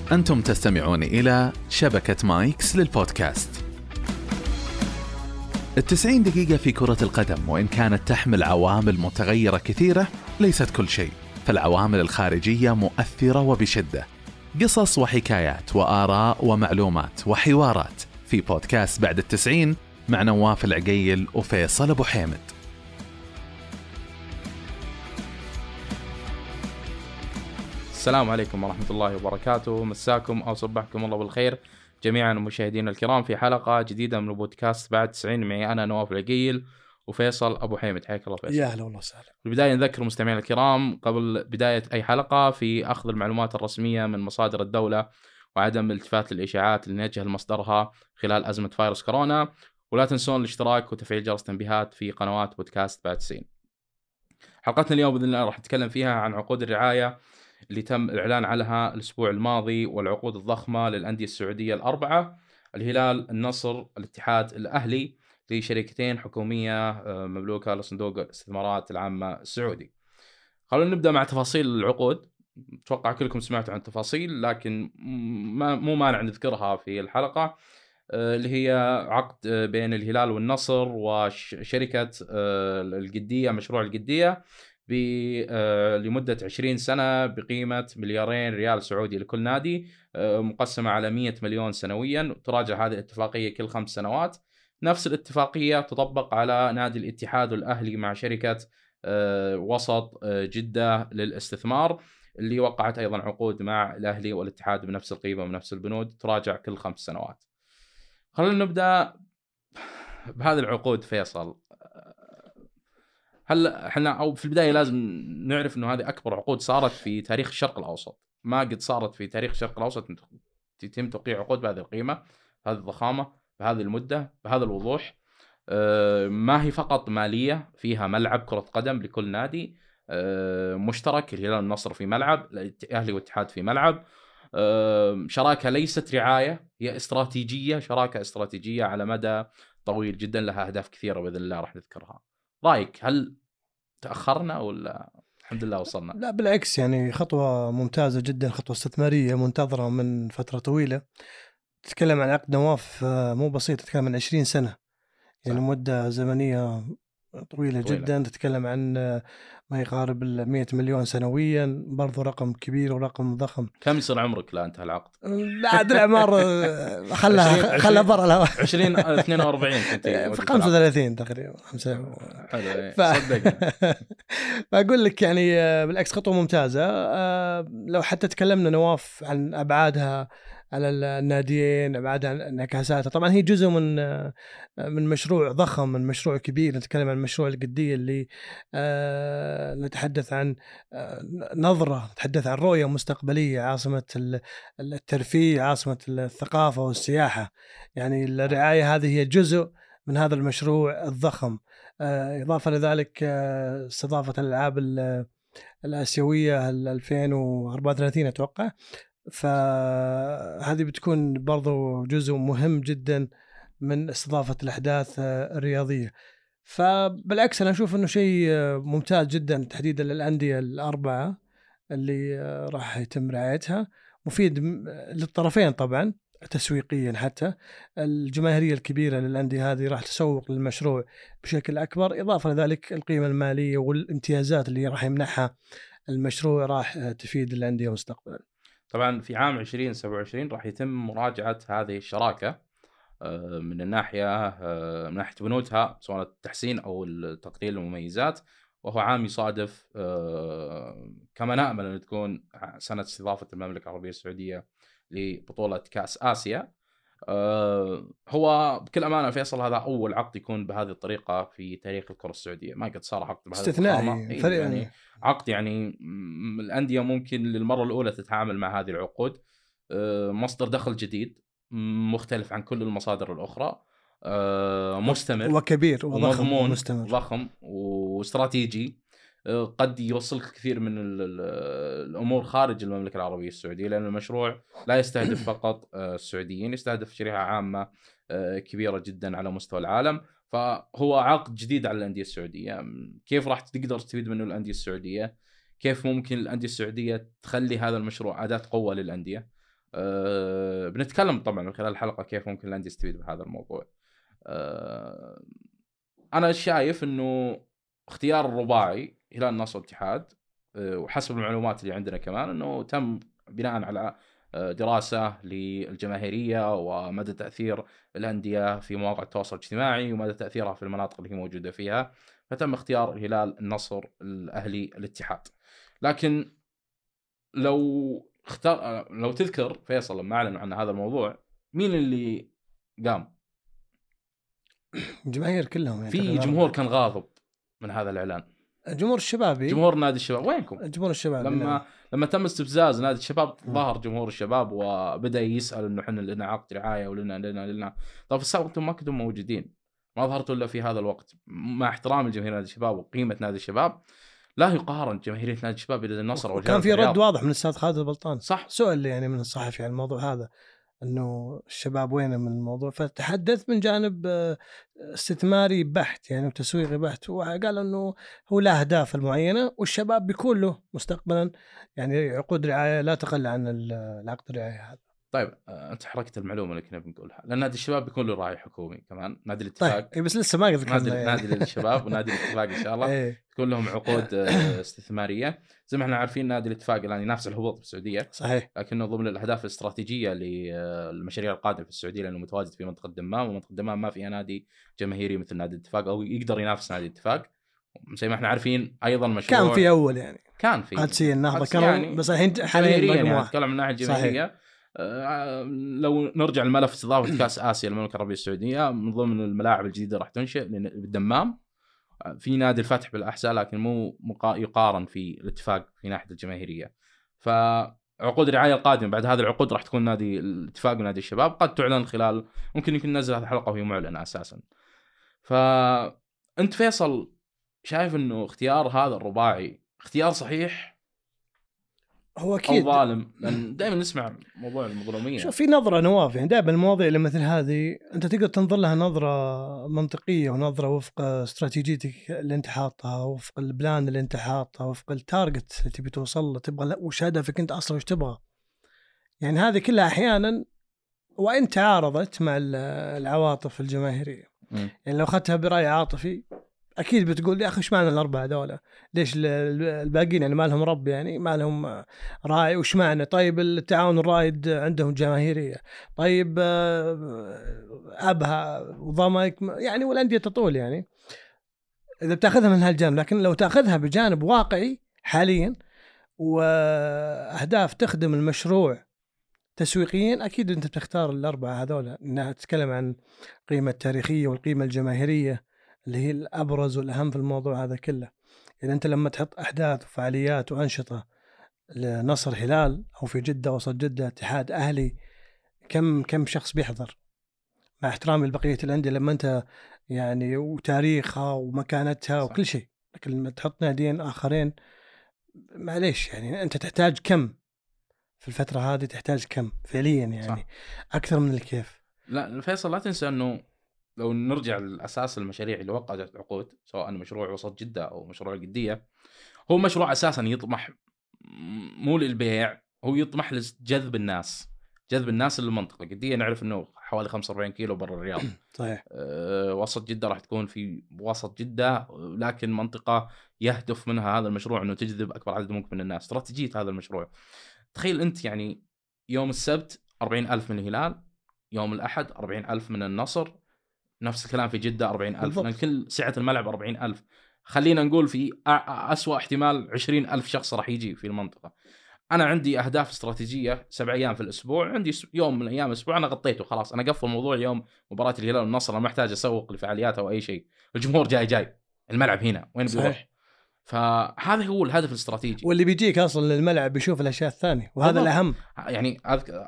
أنتم تستمعون إلى شبكة مايكس للبودكاست. 90 دقيقة في كرة القدم، وإن كانت تحمل عوامل متغيرة كثيرة ليست كل شيء، فالعوامل الخارجية مؤثرة وبشدة. قصص وحكايات وآراء ومعلومات وحوارات في بودكاست بعد 90 مع نواف العقيل وفيصل أبو حامد. السلام عليكم ورحمة الله وبركاته، مساكم أو صبحكم الله بالخير جميعا مشاهدينا الكرام في حلقة جديدة من البودكاست بعد 90 معي أنا نواف العقيل وفيصل أبو حامد. حياك الله فيصل. يا هلا والله سهلا. في البداية نذكر مستمعينا الكرام قبل بداية أي حلقة في أخذ المعلومات الرسمية من مصادر الدولة وعدم الالتفات للإشاعات اللي نجهل مصدرها خلال أزمة فيروس كورونا، ولا تنسون الاشتراك وتفعيل جرس التنبيهات في قنوات بودكاست بعد 90. حلقتنا اليوم بإذن الله راح نتكلم فيها عن عقود الرعاية اللي تم الإعلان عنها الأسبوع الماضي، والعقود الضخمة للأندية السعودية الأربعة: الهلال، النصر، الاتحاد، الأهلي، لشركتين حكومية مملوكة لصندوق الاستثمارات العامة السعودي. خلونا نبدأ مع تفاصيل العقود. أتوقع كلكم سمعتوا عن التفاصيل، لكن مو مانع نذكرها في الحلقة. اللي هي عقد بين الهلال والنصر وشركة القدية، مشروع القدية، لمدة 20 سنة بقيمة 2 مليار ريال سعودي لكل نادي، مقسمة على 100 مليون سنويا. تراجع هذه الاتفاقية كل 5 سنوات. نفس الاتفاقية تطبق على نادي الاتحاد والأهلي مع شركة وسط جدة للاستثمار، اللي وقعت أيضا عقود مع الأهلي والاتحاد بنفس القيمة ونفس البنود، تراجع كل 5 سنوات. خلونا نبدأ بهذه العقود. فيصل، هل احنا او في البدايه لازم نعرف انه هذه اكبر عقود صارت في تاريخ الشرق الاوسط؟ ما قد صارت في تاريخ الشرق الاوسط يتم توقيع عقود بهذه القيمه، بهذه الضخامه، بهذه المده، بهذا الوضوح. ما هي فقط ماليه، فيها ملعب كره قدم لكل نادي مشترك، الهلال والنصر في ملعب، الاهلي والاتحاد في ملعب. شراكه ليست رعايه، هي استراتيجيه، شراكه استراتيجيه على مدى طويل جدا، لها اهداف كثيره باذن الله راح نذكرها. رايك، هل تأخرنا ولا الحمد لله وصلنا؟ لا بالعكس، يعني خطوة ممتازة جدا، خطوة استثمارية منتظرة من فترة طويلة. تتكلم عن عقد نواف مو بسيط، تتكلم عن 20 سنة، يعني مدة زمنية طويلة جدا. تتكلم عن ما يقارب 100 مليون سنويا، برضو رقم كبير ورقم ضخم. كم يصير عمرك لا انت هالعقد؟ لا عاد الأعمار خلها برا الهواء. 42 كنت في 35 تقريبا. حلو صدقني. فأقول لك يعني بالعكس خطوة ممتازة. لو حتى تكلمنا نواف عن أبعادها على الناديين، أبعاد عن انعكاساتها، طبعا هي جزء من مشروع ضخم، من مشروع كبير. نتكلم عن مشروع القدية اللي نتحدث عن نظرة، نتحدث عن رؤية مستقبلية، عاصمة الترفيه، عاصمة الثقافة والسياحة. يعني الرعاية هذه هي جزء من هذا المشروع الضخم. إضافة لذلك استضافة الألعاب الآسيوية 2034 أتوقع، فهذه بتكون برضو جزء مهم جدا من استضافة الأحداث الرياضية. فبالعكس أنا أشوف أنه شيء ممتاز جدا، تحديدا للأندية الأربعة اللي راح يتم رعايتها. مفيد للطرفين طبعا تسويقيا، حتى الجماهيرية الكبيرة للأندية هذه راح تسوق للمشروع بشكل أكبر. إضافة لذلك القيمة المالية والامتيازات اللي راح يمنحها المشروع راح تفيد الأندية مستقبلا. طبعا في عام 2027 راح يتم مراجعة هذه الشراكة من الناحية من ناحية بنودها، سواء التحسين أو تقليل المميزات، وهو عام يصادف كما نأمل أن تكون سنة استضافة المملكة العربية السعودية لبطولة كأس آسيا. هو بكل أمانة فيصل هذا أول عقد يكون بهذه الطريقة في تاريخ الكرة السعودية، ما قد صار عقد بهذا استثنائي. يعني عقد يعني الأندية ممكن للمرة الأولى تتعامل مع هذه العقود. مصدر دخل جديد مختلف عن كل المصادر الأخرى، مستمر وكبير ومضمون ومستمر، ضخم واستراتيجي. قد يوصلك كثير من الأمور خارج المملكة العربية السعودية، لأن المشروع لا يستهدف فقط السعوديين، يستهدف شريحة عامة كبيرة جدا على مستوى العالم. فهو عقد جديد على الأندية السعودية. كيف راح تقدر تستفيد منه الأندية السعودية؟ كيف ممكن الأندية السعودية تخلي هذا المشروع أداة قوة للأندية؟ بنتكلم طبعا من خلال الحلقة كيف ممكن الأندية تستفيد بهذا الموضوع. أنا شايف إنه اختيار الرباعي هلال النصر والاتحاد وحسب المعلومات اللي عندنا كمان إنه تم بناء على دراسة للجماهيرية ومدى تأثير الأندية في مواقع التواصل الاجتماعي ومدى تأثيرها في المناطق اللي هي موجودة فيها، فتم اختيار الهلال، النصر، الأهلي، الاتحاد. لكن لو تذكر فيصل لما أعلن عن هذا الموضوع مين اللي قام؟ الجماهير كلهم يعني. في جمهور كان غاضب من هذا الإعلان، جمهور الشبابي، جمهور نادي الشباب. وينكم جمهور الشباب لما تم استفزاز نادي الشباب ظهر جمهور الشباب وبدأ يسأل إنه إحنا لنا عقد رعاية ولنا. طب في السابق أنتم ما كنتم موجودين، ما ظهرتوا إلا في هذا الوقت. مع احترام الجماهير نادي الشباب وقيمة نادي الشباب، لا يقارن جماهيرية نادي الشباب إلى النصر أو كان في رد واضح من الأستاذ خالد البلطان، صح، سؤال يعني من الصحفي عن الموضوع هذا انه الشباب وين من الموضوع، فتحدث من جانب استثماري بحت يعني وتسويقي بحت، وقال انه هو له اهداف المعينه والشباب بيكون له مستقبلا يعني عقود رعايه لا تقل عن العقد الرعايه هذا. طيب انت حركت المعلومه اللي كنا بنقولها، لان نادي الشباب بيكون له راعي حكومي كمان، نادي الاتفاق. طيب بس لسه ما قد ذكرنا يعني. نادي للشباب ونادي الاتفاق ان شاء الله تكون لهم عقود استثماريه. زي ما احنا عارفين نادي الاتفاق الان ينافس الهبوط في السعوديه، صحيح، لكنه ضمن الاهداف الاستراتيجيه للمشاريع القادمه في السعوديه، لانه متواجد في منطقه دمام، ومنطقه دمام ما فيها نادي جماهيري مثل نادي الاتفاق او يقدر ينافس نادي الاتفاق. زي ما احنا عارفين ايضا مشروع كان في اول يعني كان في قادسية النهضه كانوا يعني بس الحين حاليا يعني نتكلم من ناحيه الجماهيريه. لو نرجع لملف استضافه كاس اسيا للمملكه العربيه السعوديه، من ضمن الملاعب الجديده راح تنشئ بالدمام في نادي الفتح بالاحساء، لكن مو يقارن في الاتفاق في ناحيه الجماهيريه. فعقود الرعايه القادمه بعد هذه العقود راح تكون نادي الاتفاق ونادي الشباب، قد تعلن خلال ممكن يكون ننزل هذه الحلقه وهي معلنه اساسا. فانت فيصل شايف انه اختيار هذا الرباعي اختيار صحيح هو اكيد او ظالم؟ لان دائما نسمع موضوع المظلوميه. شوف في نظره نواف يعني دائما المواضيع اللي مثل هذه انت تقدر تنظر لها نظره منطقيه ونظره وفق استراتيجيتك اللي انت حاطها، وفق البلان اللي انت حاطها، وفق التارجت اللي تبي توصل له، تبغى وش هدفك انت اصلا، وش تبغى. يعني هذه كلها احيانا وان تعارضت مع العواطف الجماهيريه. يعني لو اخذتها براي عاطفي اكيد بتقول يا اخي ايش معنى الاربعه هذول؟ ليش الباقيين يعني ما لهم رب، يعني ما لهم راعي؟ وش معنى؟ طيب التعاون الرائد عندهم جماهيريه، طيب ابها وضمك يعني والانديه تطول يعني اذا بتاخذها من هالجانب. لكن لو تاخذها بجانب واقعي حاليا واهداف تخدم المشروع تسويقيا، اكيد انت بتختار الاربعه هذول، انها تتكلم عن القيمه التاريخيه والقيمه الجماهيريه اللي هي الأبرز والأهم في الموضوع هذا كله. يعني أنت لما تحط أحداث وفعاليات وأنشطة لنصر هلال أو في جدة وسط جدة اتحاد أهلي، كم شخص بيحضر؟ مع احترامي لبقية الأندية لما أنت يعني وتاريخها ومكانتها صح. وكل شيء، لكن لما تحط ناديين آخرين معليش يعني أنت تحتاج كم في الفترة هذه، تحتاج كم فعليا يعني صح. أكثر من الكيف. لا فيصل لا تنسى أنه لو نرجع لأساس المشاريع اللي وقعت عقود، سواء مشروع وسط جدة أو مشروع القدية، هو مشروع أساسا يطمح مو للبيع، هو يطمح لجذب الناس، جذب الناس للمنطقة القدية. نعرف أنه حوالي 45 كيلو برا الرياض. صحيح. وسط جدة راح تكون في وسط جدة، لكن منطقة يهدف منها هذا المشروع أنه تجذب أكبر عدد ممكن من الناس. استراتيجية هذا المشروع، تخيل أنت يعني يوم السبت 40,000 من الهلال، يوم الأحد 40,000 من النصر، نفس الكلام في جدة 40,000، لأن كل سعة الملعب 40,000. خلينا نقول في أسوأ احتمال 20,000 شخص راح يجي في المنطقة. أنا عندي أهداف استراتيجية 7 أيام في الأسبوع، عندي يوم من أيام الأسبوع أنا غطيته خلاص، أنا قفل الموضوع يوم مباراة الهلال والنصر، أنا ما محتاج أسوق لفعاليات أو أي شيء، الجمهور جاي الملعب هنا وين بيروح. فهذا هو الهدف الاستراتيجي، واللي بيجيك اصلا للملعب بيشوف الاشياء الثانيه، وهذا الاهم. يعني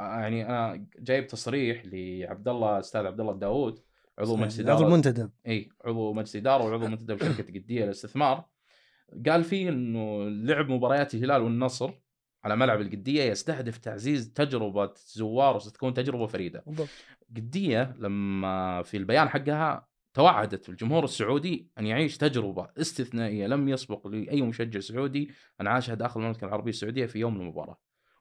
انا جايب تصريح لعبد الله، استاذ عبد الله الداوود، عضو مجلس اداره، عضو منتدب، عضو مجلس اداره وعضو منتدب شركه قديه للاستثمار. قال فيه انه لعب مباريات الهلال والنصر على ملعب القديه يستهدف تعزيز تجربه زوار، وستكون تجربه فريده. قديه لما في البيان حقها توعدت الجمهور السعودي أن يعيش تجربة استثنائية لم يسبق لأي مشجع سعودي أن عاشها داخل المملكة العربية السعودية في يوم المباراة.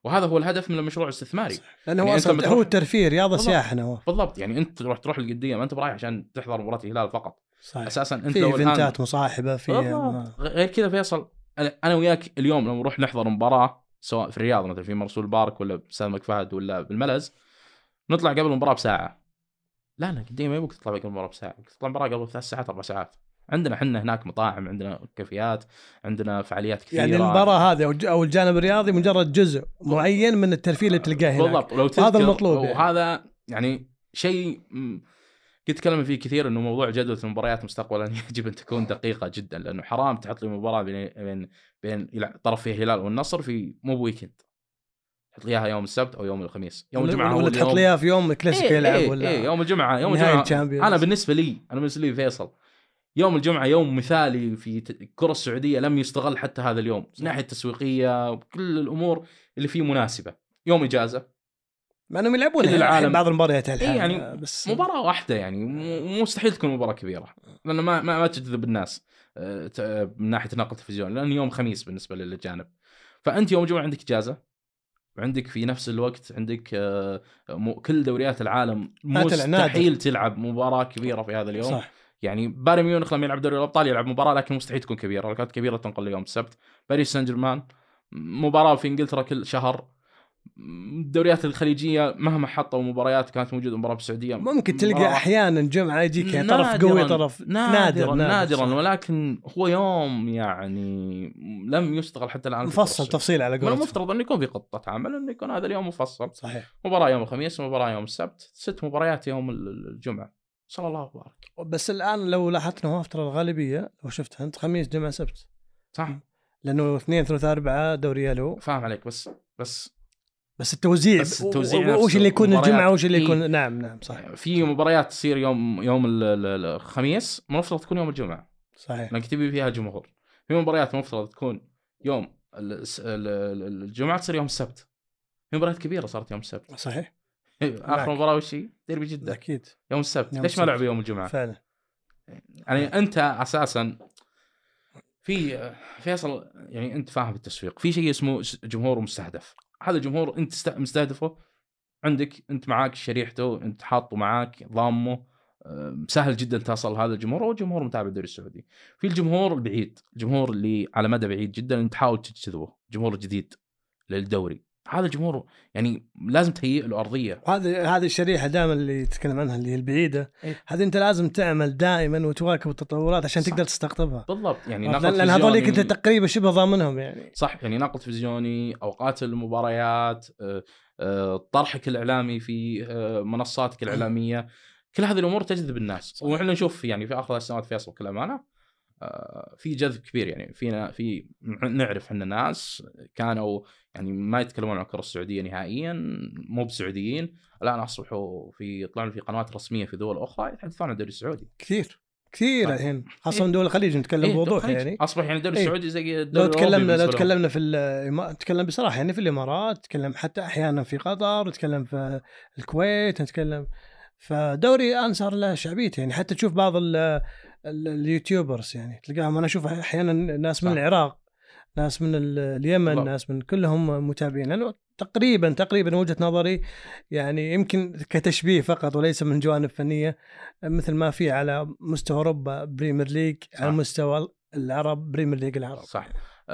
وهذا هو الهدف من المشروع الاستثماري. لانه يعني اصلا هو الترفيه رياضه سياحه نواف. بالضبط، يعني انت تروح القديه، ما انت برايح عشان تحضر مباراه الهلال فقط. صحيح. اساسا انت في ايفنتات مصاحبه فيها غير كذا. فيصل انا وياك اليوم لما نروح نحضر مباراه سواء في الرياض مثلا في مرسول بارك ولا بسام مكفهد ولا بالملز، نطلع قبل المباراه بساعه. لا انا قديم ما يبغى تطلع قبل المباراه بساعه، تطلع المباراه قبل 3 ساعات 4 ساعات. عندنا حنا هناك مطاعم، عندنا كافيات، عندنا فعاليات كثيره. يعني المباراه هذه او الجانب الرياضي مجرد جزء معين من الترفيه اللي تلقاه هناك. بالضبط. هذا المطلوب وهذا يعني شيء كنت أتكلم فيه كثير، إنه موضوع جدول المباريات مستقبلا يجب أن تكون دقيقة جدا، لأنه حرام تحط لي مباراة بين طرف فيه الهلال والنصر في مو بويكند، تحط لي إياها يوم السبت أو يوم الخميس. يوم الجمعة ولا تحط لي إياها في يوم كلاسيكو يلعب ولا يوم الجمعة. أنا بالنسبة لي فيصل يوم الجمعة يوم مثالي في الكرة السعودية، لم يستغل حتى هذا اليوم من ناحية تسويقية وكل الأمور اللي فيه مناسبة. يوم إجازة ما انهم يلعبون العالم بعض المباريات الحين يعني بس مباراة واحدة، يعني مستحيل تكون مباراة كبيرة لأن ما تجذب الناس من ناحية نقل التلفزيون، لأن يوم خميس بالنسبة للجانب. فأنت يوم الجمعة عندك إجازة، وعندك في نفس الوقت عندك كل دوريات العالم مستحيل تلعب مباراة كبيرة في هذا اليوم. صح. يعني بايرن ميونخ لما يلعب دوري الأبطال يلعب مباراة، لكن مستحيل تكون كبيرة. لو كانت كبيرة تنقل يوم السبت. باريس سان جيرمان مباراة في إنجلترا كل شهر. الدوريات الخليجيه مهما حطوا مباريات كانت موجوده مباراه بالسعوديه ممكن تلقى احيانا جمعه يجيك يعني طرف قوي طرف نادرا ولكن هو يوم يعني لم يستغل حتى الان. مفصل تفصيل على قولتك. المفترض انه يكون في خطه عمل انه يكون هذا اليوم مفصل. صحيح. مباراه يوم الخميس ومباراه يوم السبت، 6 مباريات يوم الجمعه. صلى الله وبارك. بس الان لو لاحظت انه ترى الغالبيه لو شفتها انت خميس جمعه سبت صح، لانه 2 3 4 دوري له. فاهم عليك. بس التوزيع وش اللي يكون الجمعه وش اللي يكون. نعم صح. في مباريات تصير يوم الخميس المفروض تكون يوم الجمعه. صحيح. لانك تبي فيها جمهور. في مباريات المفروض تكون يوم الجمعه تصير يوم السبت. في مباريات كبيره صارت يوم السبت. صحيح. اخر مباراه وش هي؟ ديربي جده اكيد يوم السبت. ليش ما لعبوا يوم الجمعه؟ فعلا. يعني انت اساسا في فيصل، يعني انت فاهم التسويق، في شيء اسمه جمهور مستهدف. هذا الجمهور انت مستهدفه، عندك انت معاك شريحته، انت حاطه معاك ضامه، سهل جدا تصل هذا الجمهور. هو جمهور متابع الدوري السعودي. في الجمهور البعيد، الجمهور اللي على مدى بعيد جدا انت تحاول تجذبه، جمهور جديد للدوري. هذا الجمهور يعني لازم تهيئ له ارضيه. هذه الشريحه دائما اللي تتكلم عنها اللي هي البعيده، هذه انت لازم تعمل دائما وتواكب التطورات عشان تقدر تستقطبها. بالضبط. يعني لان هذول انت تقريبا شبه ضامنهم يعني. صح. يعني نقل تلفزيوني، اوقات المباريات، طرحك الاعلامي في منصاتك الاعلاميه، كل هذه الامور تجذب الناس. واحنا نشوف يعني في اخر السنوات فيصل بكل امانه في جذب كبير. يعني في نعرف ان الناس كانوا يعني ما يتكلمون عن الكرة السعودية نهائيا، مو بسعوديين، الآن أصبحوا يطلعون في قنوات رسمية في دول أخرى يتحدثون عن الدوري السعودي. كثير الحين خاصة من دول الخليج نتكلم بوضوح. يعني أصبح يعني الدوري السعودي زي الدوري لو تكلمنا نتكلم بصراحة يعني في الإمارات، نتكلم حتى أحيانا في قطر، نتكلم في الكويت، نتكلم فدوري الآن صار له شعبيته. يعني حتى تشوف بعض اليوتيوبرز يعني تلقاهم، أنا أشوف أحيانا ناس من العراق، ناس من اليمن، ناس من كلهم متابعين. لأنه تقريبا وجهة نظري يعني يمكن كتشبيه فقط وليس من جوانب فنية، مثل ما في على مستوى أوروبا بريمير ليج، على مستوى العرب بريمير ليج العرب. صح.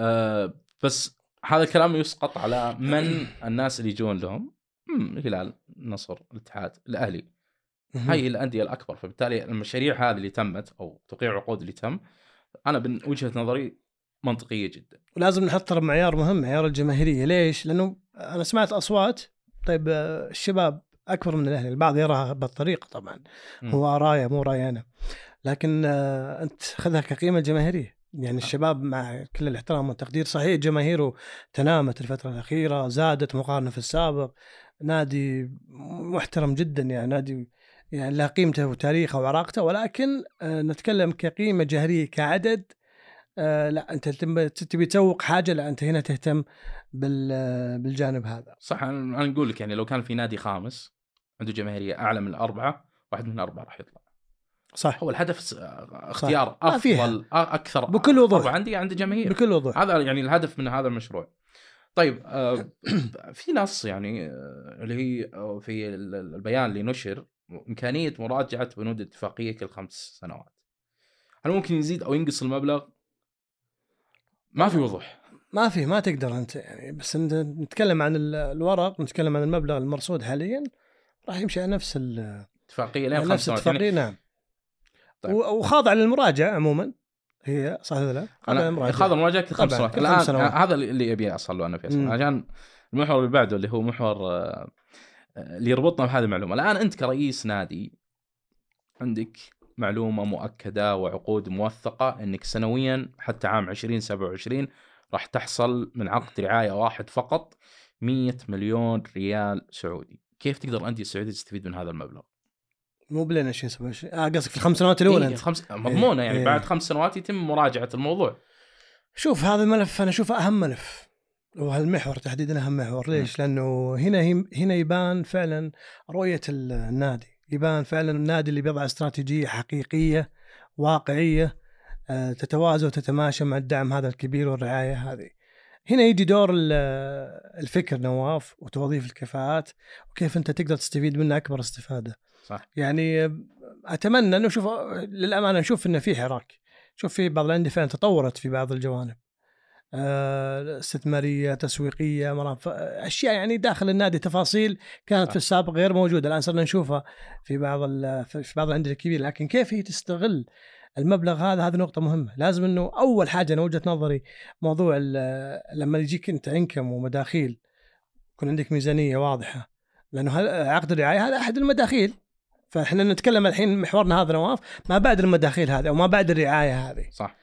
بس هذا الكلام يسقط على من الناس اللي يجون لهم. الهلال، النصر، الاتحاد، الأهلي، هاي الأندية الأكبر. فبالتالي المشاريع هذه اللي تمت أو توقيع عقود اللي تم، أنا من وجهة نظري منطقية جدا. ولازم نحط معيار مهم، معيار الجماهيرية. ليش؟ لأنه أنا سمعت أصوات، طيب الشباب أكبر من الأهلي، البعض يراها بالطريقة طبعا، هو رأيه مو رأيي أنا، لكن أنت خذها كقيمة جماهيرية. يعني الشباب مع كل الاحترام والتقدير، صحيح جماهيره تنامت الفترة الأخيرة، زادت مقارنة في السابق، نادي محترم جدا، يعني نادي يعني له قيمته وتاريخه وعراقته، ولكن نتكلم كقيمة جماهيرية كعدد، لا أنت تبي تسوق حاجة، لا أنت هنا تهتم بالجانب هذا. صح. أنا نقول لك يعني لو كان في نادي خامس عنده جماهيرية أعلى من 4، واحد من 4 راح يطلع. صح. هو الهدف اختيار صح. أفضل أكثر بكل وضوح عندي جماهير بكل وضوح. هذا يعني الهدف من هذا المشروع. طيب في نص يعني اللي هي في البيان اللي نشر إمكانية مراجعة بنود الاتفاقية كل 5 سنوات. هل ممكن يزيد أو ينقص المبلغ؟ ما في وضوح. ما تقدر أنت يعني، بس أنت نتكلم عن الورق، نتكلم عن المبلغ المرصود حاليا راح يمشي على نفس الاتفاقية لين 5 نفس سنوات الاتفاقية يعني. نعم. طيب. وخاضع للمراجعة عموما، هي صح ولا لا؟ خاضع المراجعة كل 5 سنوات. الآن هذا اللي أبي أصل له أنا فيصل، عشان المحور اللي بعده اللي هو محور اللي يربطنا بهذه المعلومة. الآن أنت كرئيس نادي عندك معلومة مؤكدة وعقود موثقة أنك سنويا حتى عام 2027 راح تحصل من عقد رعاية واحد فقط 100 مليون ريال سعودي. كيف تقدر أنت السعودية تستفيد من هذا المبلغ؟ مو بلين 2027 قصدك في ال5 سنوات الأولى؟ مضمونة يعني بعد 5 سنوات يتم مراجعة الموضوع. شوف هذا الملف أنا أشوفه أهم ملف، وهالمحور تحديدا أهم محور. ليش؟ لأنه هنا يبان فعلا رؤية النادي، يبان فعلا النادي اللي بيضع استراتيجية حقيقية واقعية تتوازى وتتماشى مع الدعم هذا الكبير والرعاية هذه. هنا يجي دور الفكر نواف وتوظيف الكفاءات، وكيف أنت تقدر تستفيد منه أكبر استفادة. صح. يعني أتمنى أنه شوف للأمانة نشوف إنه في حراك، شوف في بعض الأندية فعلا تطورت في بعض الجوانب استثمارية تسويقية أشياء يعني داخل النادي، تفاصيل كانت في السابق غير موجودة الآن صرنا نشوفها في بعض الأندية الكبيرة. لكن كيف هي تستغل المبلغ هذا نقطة مهمة. لازم إنه أول حاجة أنا وجهة نظري موضوع لما يجيك أنت إنكم ومداخيل يكون عندك ميزانية واضحة، لأنه عقد الرعاية هذا أحد المداخيل. فإحنا نتكلم الحين محورنا هذا نواف ما بعد المداخيل هذه أو ما بعد الرعاية هذه. صح.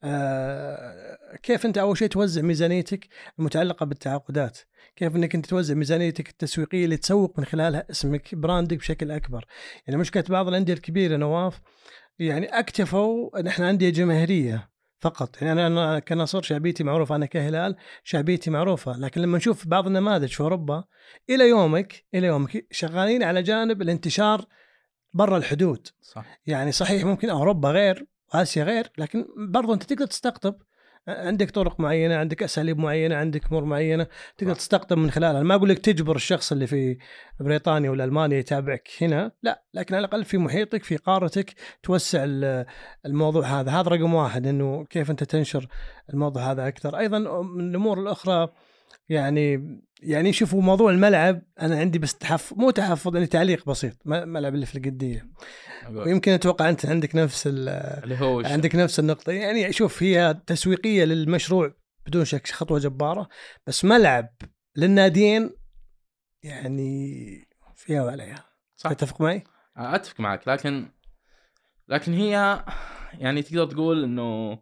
كيف أنت أول شيء توزع ميزانيتك المتعلقة بالتعاقدات، كيف أنك أنت توزع ميزانيتك التسويقية اللي تسوق من خلالها اسمك براندك بشكل أكبر. يعني مشكلة بعض الأندية الكبيرة نواف يعني اكتفوا ان احنا أندية جماهيرية فقط. يعني انا كناصر شعبيتي معروفة، انا كهلال شعبيتي معروفة، لكن لما نشوف بعض النماذج في اوروبا الى يومك شغالين على جانب الانتشار برا الحدود. صح. يعني صحيح ممكن اوروبا غير واسيا غير، لكن برضو انت تقدر تستقطب، عندك طرق معينة، عندك أساليب معينة، عندك أمور معينة تقدر تستقطب من خلالها. ما أقول لك تجبر الشخص اللي في بريطانيا ولا ألمانيا يتابعك هنا، لا، لكن على الأقل في محيطك في قارتك توسع الموضوع هذا رقم واحد، إنه كيف أنت تنشر الموضوع هذا أكثر. أيضا من الأمور الأخرى يعني شوفوا موضوع الملعب، أنا عندي بس مو تحفظ، يعني تعليق بسيط. ملعب اللي في القدية، ويمكن أتوقع أنت عندك نفس النقطة. يعني شوف هي تسويقية للمشروع بدون شك خطوة جبارة، بس ملعب للناديين يعني فيها وعليها. تتفق معي؟ أتفق معك، لكن هي يعني تقدر تقول إنه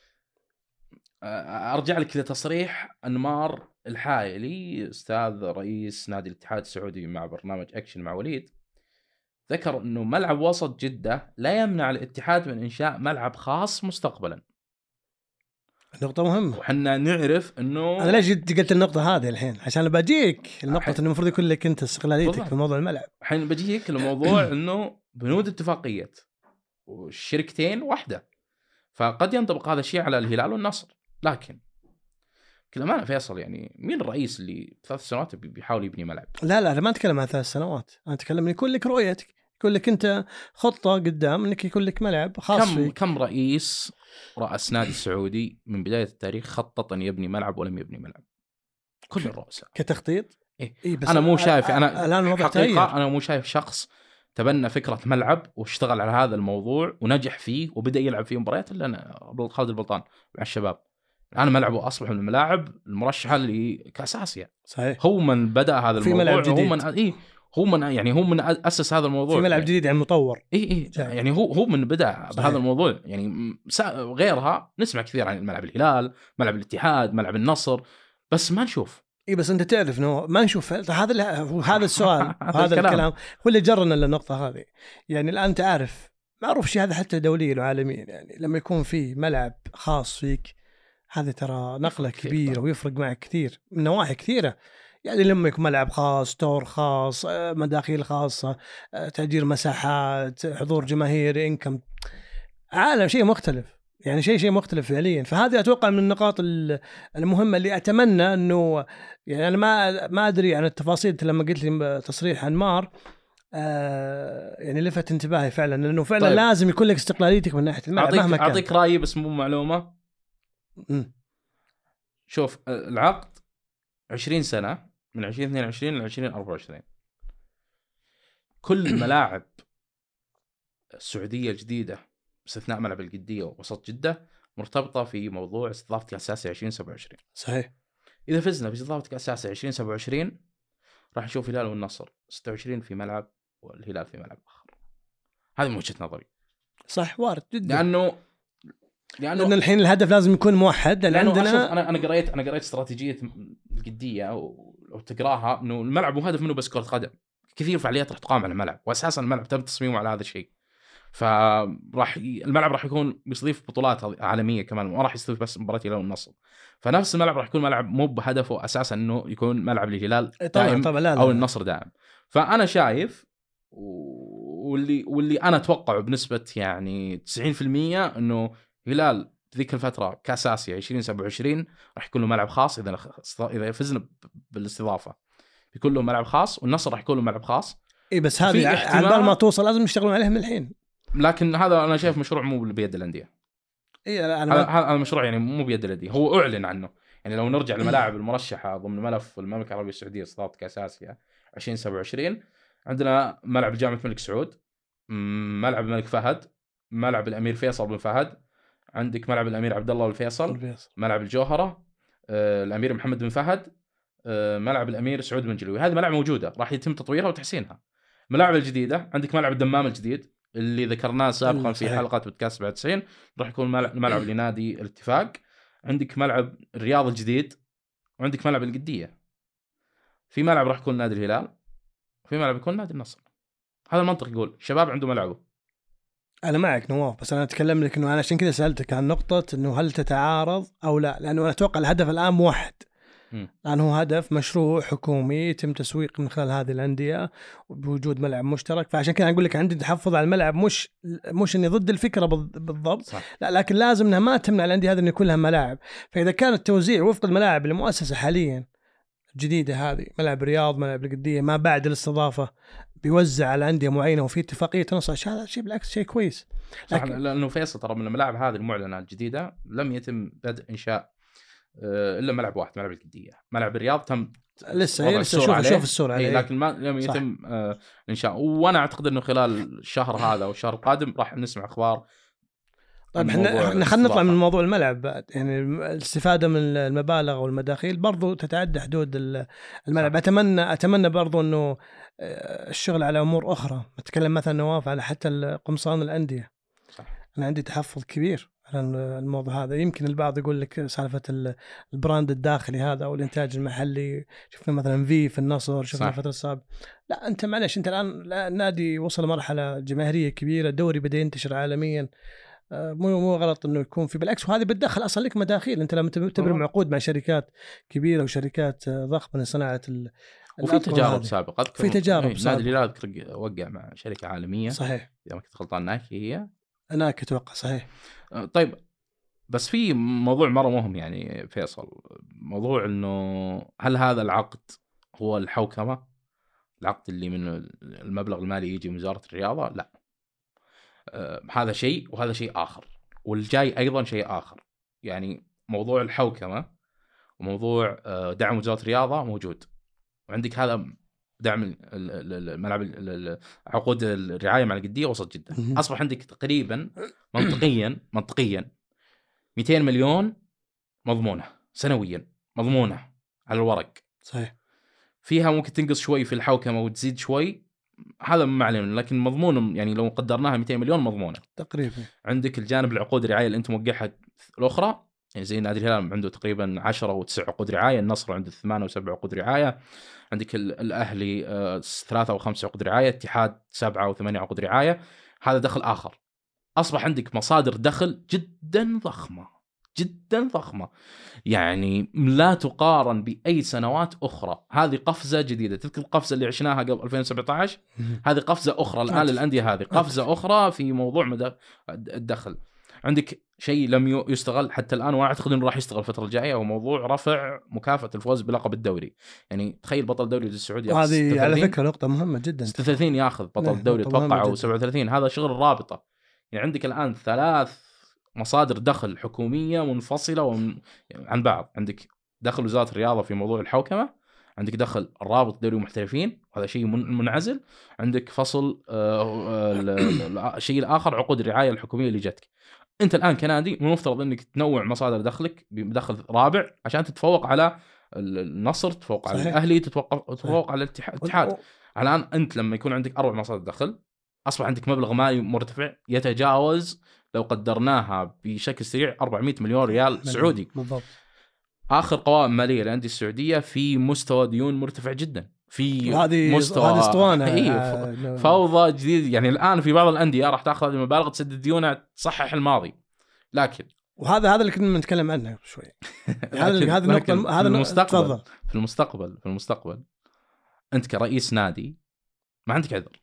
أرجع لك لتصريح أنمار الحائلي أستاذ رئيس نادي الاتحاد السعودي مع برنامج أكشن مع وليد، ذكر أنه ملعب وسط جدة لا يمنع الاتحاد من إنشاء ملعب خاص مستقبلا. نقطة مهمة، وحنا نعرف أنه أنا ليش قلت النقطة هذه الحين؟ عشان بجيك النقطة أنه المفروض يكون لك أنت استقلاليتك في موضوع الملعب. الحين بجيك الموضوع أنه بنود اتفاقية والشركتين واحدة، فقد ينطبق هذا الشيء على الهلال والنصر. لكن كل أمانة فيصل، يعني مين الرئيس اللي 3 سنوات بيحاول يبني ملعب؟ لا أنا ما أتكلم عن 3 سنوات، أنا أتكلم يكون لك رؤيتك، يكون لك أنت خطة قدام أنك يكون لك ملعب خاص فيك. كم رأس نادي سعودي من بداية التاريخ خطط أن يبني ملعب ولم يبني ملعب؟ كل الرؤساء كتخطيط. إيه بس أنا مو شايف، أنا حقيقة أنا مو شايف شخص تبنى فكرة ملعب واشتغل على هذا الموضوع ونجح فيه وبدأ يلعب فيه مباريات إلا أنا خالد البلطان مع الشباب. الآن ملعبه أصبح من الملاعب المرشحة لكأس آسيا. صحيح. هو من بدأ هذا الموضوع، هو من أسس هذا الموضوع. في ملعب جديد يعني مطور. يعني هو من بدأ بهذا الموضوع. يعني غيرها نسمع كثير عن ملعب الهلال، ملعب الاتحاد، ملعب النصر، بس ما نشوف. بس أنت تعرف إنه ما نشوف هذا السؤال هذا الكلام هو اللي جرنا للنقطة هذه. يعني الآن أنت عارف معروف شيء هذا حتى دوليا وعالميا، يعني لما يكون في ملعب خاص فيك هذا ترى نقلة كبيرة ويفرق معك كثير من نواحي كثيرة. يعني لما يكون ملعب خاص، تور خاص، مداخيل خاصة، تأجير مساحات، حضور جماهيري، إنكم، عالم شيء مختلف. يعني شيء مختلف فعليا. فهذه اتوقع من النقاط المهمه اللي اتمنى انه يعني انا ما ادري عن التفاصيل. لما قلت لي تصريح انمار يعني لفت انتباهي فعلا، لانه فعلا طيب. لازم يكون لك استقلاليتك من ناحيه الملعب مهما كان. اعطيك رايي بس مو معلومه. شوف العقد 20 سنه من 2022 ل 2024. كل ملاعب السعوديه الجديده باستثناء ملعب القديه ووسط جده مرتبطه في موضوع استضافه كاس اسيا 2027. صحيح. اذا فزنا في استضافه كاس اسيا 2027 راح نشوف الهلال والنصر 26 في ملعب والهلال في ملعب اخر. هذه من وجهه نظري. صح، وارد جدا. لأنه الحين الهدف لازم يكون موحد. لأن عندنا انا قريت استراتيجيه القديه او تقراها انه الملعب مو هدف منه بس كره قدم. كثير فعاليات راح تقام على الملعب، واساسا الملعب تم تصميمه على هذا الشيء. الملعب راح يكون بيستضيف بطولات عالميه كمان، ما راح يستضيف بس مباراه الهلال والنصر. فنفس الملعب راح يكون ملعب مو بهدفه اساسا انه يكون ملعب للهلال دائم طبعا او النصر دائم. فانا شايف واللي انا اتوقعه بنسبه يعني 90% انه هلال ذيك الفتره كاس اسيا 2027 راح يكون له ملعب خاص. اذا فزنا بالاستضافه بيكون له ملعب خاص، والنصر راح يكون له ملعب خاص. اي بس هذه على بال ما توصل لازم يشتغلون عليها من الحين. لكن هذا انا شايف مشروع مو بيد الانديه. هذا مشروع يعني مو بيد الانديه، هو اعلن عنه. يعني لو نرجع للملاعب المرشحه ضمن ملف المملكه العربيه السعوديه استضافه كاس اسيا 2027، عندنا ملعب جامعه الملك سعود، ملعب الملك فهد، ملعب الامير فيصل بن فهد، عندك ملعب الامير عبد الله الفيصل، ملعب الجوهره، الامير محمد بن فهد، ملعب الامير سعود بن جلوي. هذه ملاعب موجوده راح يتم تطويرها وتحسينها. الملاعب الجديده عندك ملعب الدمام الجديد اللي ذكرناه سابقا في حلقه بودكاست 97، راح يكون ملعب لنادي الاتفاق. عندك ملعب الرياض الجديد، وعندك ملعب القديه. في ملعب راح يكون نادي الهلال، وفي ملعب يكون نادي النصر. هذا المنطق يقول شباب عنده ملعبه. أنا معك نواف، بس أنا أتكلم لك إنه أنا عشان كذا سألتك عن نقطة إنه هل تتعارض أو لا، لأنه أنا أتوقع الهدف الآن موحد، لأنه هو هدف مشروع حكومي يتم تسويق من خلال هذه الأندية بوجود ملعب مشترك. فعشان كذا أقول لك عندي تحفظ على الملعب، مش إني ضد الفكرة بالضبط صح. لا، لكن لازم إنها ما تمنع الأندية هذه إن يكون لها ملاعب. فإذا كان التوزيع وفق الملاعب المؤسسة حاليا الجديدة هذه، ملعب الرياض، ملعب القدية، ما بعد الاستضافة بيوزع على أندية معينة وفي اتفاقية تنص، هذا شيء بالعكس شيء كويس. لأنه فيصل ترى من الملاعب هذه المعلنة الجديدة لم يتم بدء إنشاء إلا ملعب واحد، ملعب القدية. ملعب الرياض تم لسه شوف الصورة عليه، لكن ما لم يتم إنشاء. وأنا أعتقد إنه خلال الشهر هذا والشهر القادم راح نسمع أخبار. طيب احنا خلينا نطلع من موضوع الملعب بعد. يعني الاستفادة من المبالغ والمداخيل برضو تتعدى حدود الملعب. أتمنى برضو أنه الشغل على أمور أخرى. نتكلم مثلا نواف على حتى قمصان الأندية. صح. أنا عندي تحفظ كبير على الموضوع هذا. يمكن البعض يقول لك سالفة البراند الداخلي هذا أو الإنتاج المحلي. شفنا مثلا في النصر، شفنا فترة السابقة. لا أنت معلش، أنت الآن النادي وصل مرحلة جماهيرية كبيرة، الدوري بدأ ينتشر عالميا. مو غلط انه يكون في، بالعكس، وهذه بتدخل اصلا لك مداخيل. انت لما تبرم عقود مع شركات كبيره وشركات ضخمه لصناعه وفي تجارب سابقه. في تجارب نادي الهلال وقع مع شركه عالميه. صحيح، اذا ما كنت غلطان نايكي، هي نايكي اتوقع. صحيح. طيب بس في موضوع مره مهم يعني فيصل، موضوع انه هل هذا العقد هو الحوكمه، العقد اللي من المبلغ المالي يجي من وزاره الرياضه؟ لا، هذا شيء وهذا شيء آخر، والجاي أيضا شيء آخر. يعني موضوع الحوكمة وموضوع دعم وزارة الرياضة موجود، وعندك هذا دعم الملعب، عقود الرعاية مع القدية وسط جدة. أصبح عندك تقريبا منطقيا 200 مليون مضمونة سنويا، مضمونة على الورق. صحيح. فيها ممكن تنقص شوي في الحوكمة وتزيد شوي، هذا ما علينا، لكن مضمون. يعني لو قدرناها 200 مليون مضمونة تقريبا. عندك الجانب العقود الرعاية اللي أنت موقعها الأخرى، يعني زي نادي الهلال عنده تقريبا 10 و9 عقود رعاية، النصر عنده 8 و7 عقود رعاية، عندك الأهلي 3 و5 عقود رعاية، اتحاد 7 و8 عقود رعاية. هذا دخل آخر. أصبح عندك مصادر دخل جدا ضخمة، يعني لا تقارن بأي سنوات أخرى. هذه قفزة جديدة. تذكر القفزة اللي عشناها قبل 2017؟ هذه قفزة أخرى الآن للأندية، هذه قفزة أخرى في موضوع الدخل. عندك شيء لم يستغل حتى الان، واعتقد انه راح يستغل الفتره الجايه، هو موضوع رفع مكافاه الفوز بلقب الدوري. يعني تخيل بطل دوري السعودي ياخذ وهذه على فكره نقطه مهمه جدا. 36 ياخذ بطل الدوري اتوقع، او 37. هذا شغل الرابطه. يعني عندك الان 3 مصادر دخل حكوميه منفصله عن بعض. عندك دخل وزاره الرياضه في موضوع الحوكمه، عندك دخل الرابط دوري المحترفين وهذا شيء منعزل، عندك فصل الشيء الاخر عقود الرعايه الحكوميه اللي جتك. انت الان كنادي المفترض انك تنوع مصادر دخلك بدخل رابع عشان تتفوق على النصر، تتفوق على الاهلي، تتفوق على الاتحاد. الان انت لما يكون عندك 4 مصادر دخل اصبح عندك مبلغ مالي مرتفع يتجاوز لو قدرناها بشكل سريع 400 مليون ريال سعودي. بالضبط. اخر قوائم ماليه للانديه السعوديه في مستوى ديون مرتفع جدا، في مستوى هذه اسطوانه فوضى جديد. يعني الان في بعض الانديه راح تاخذ هذه المبالغ تسدد ديونها تصحح الماضي، لكن وهذا اللي كنا نتكلم عنه شوي. هذا النقطه، هذا المستقبل. في المستقبل انت كرئيس نادي ما عندك عذر،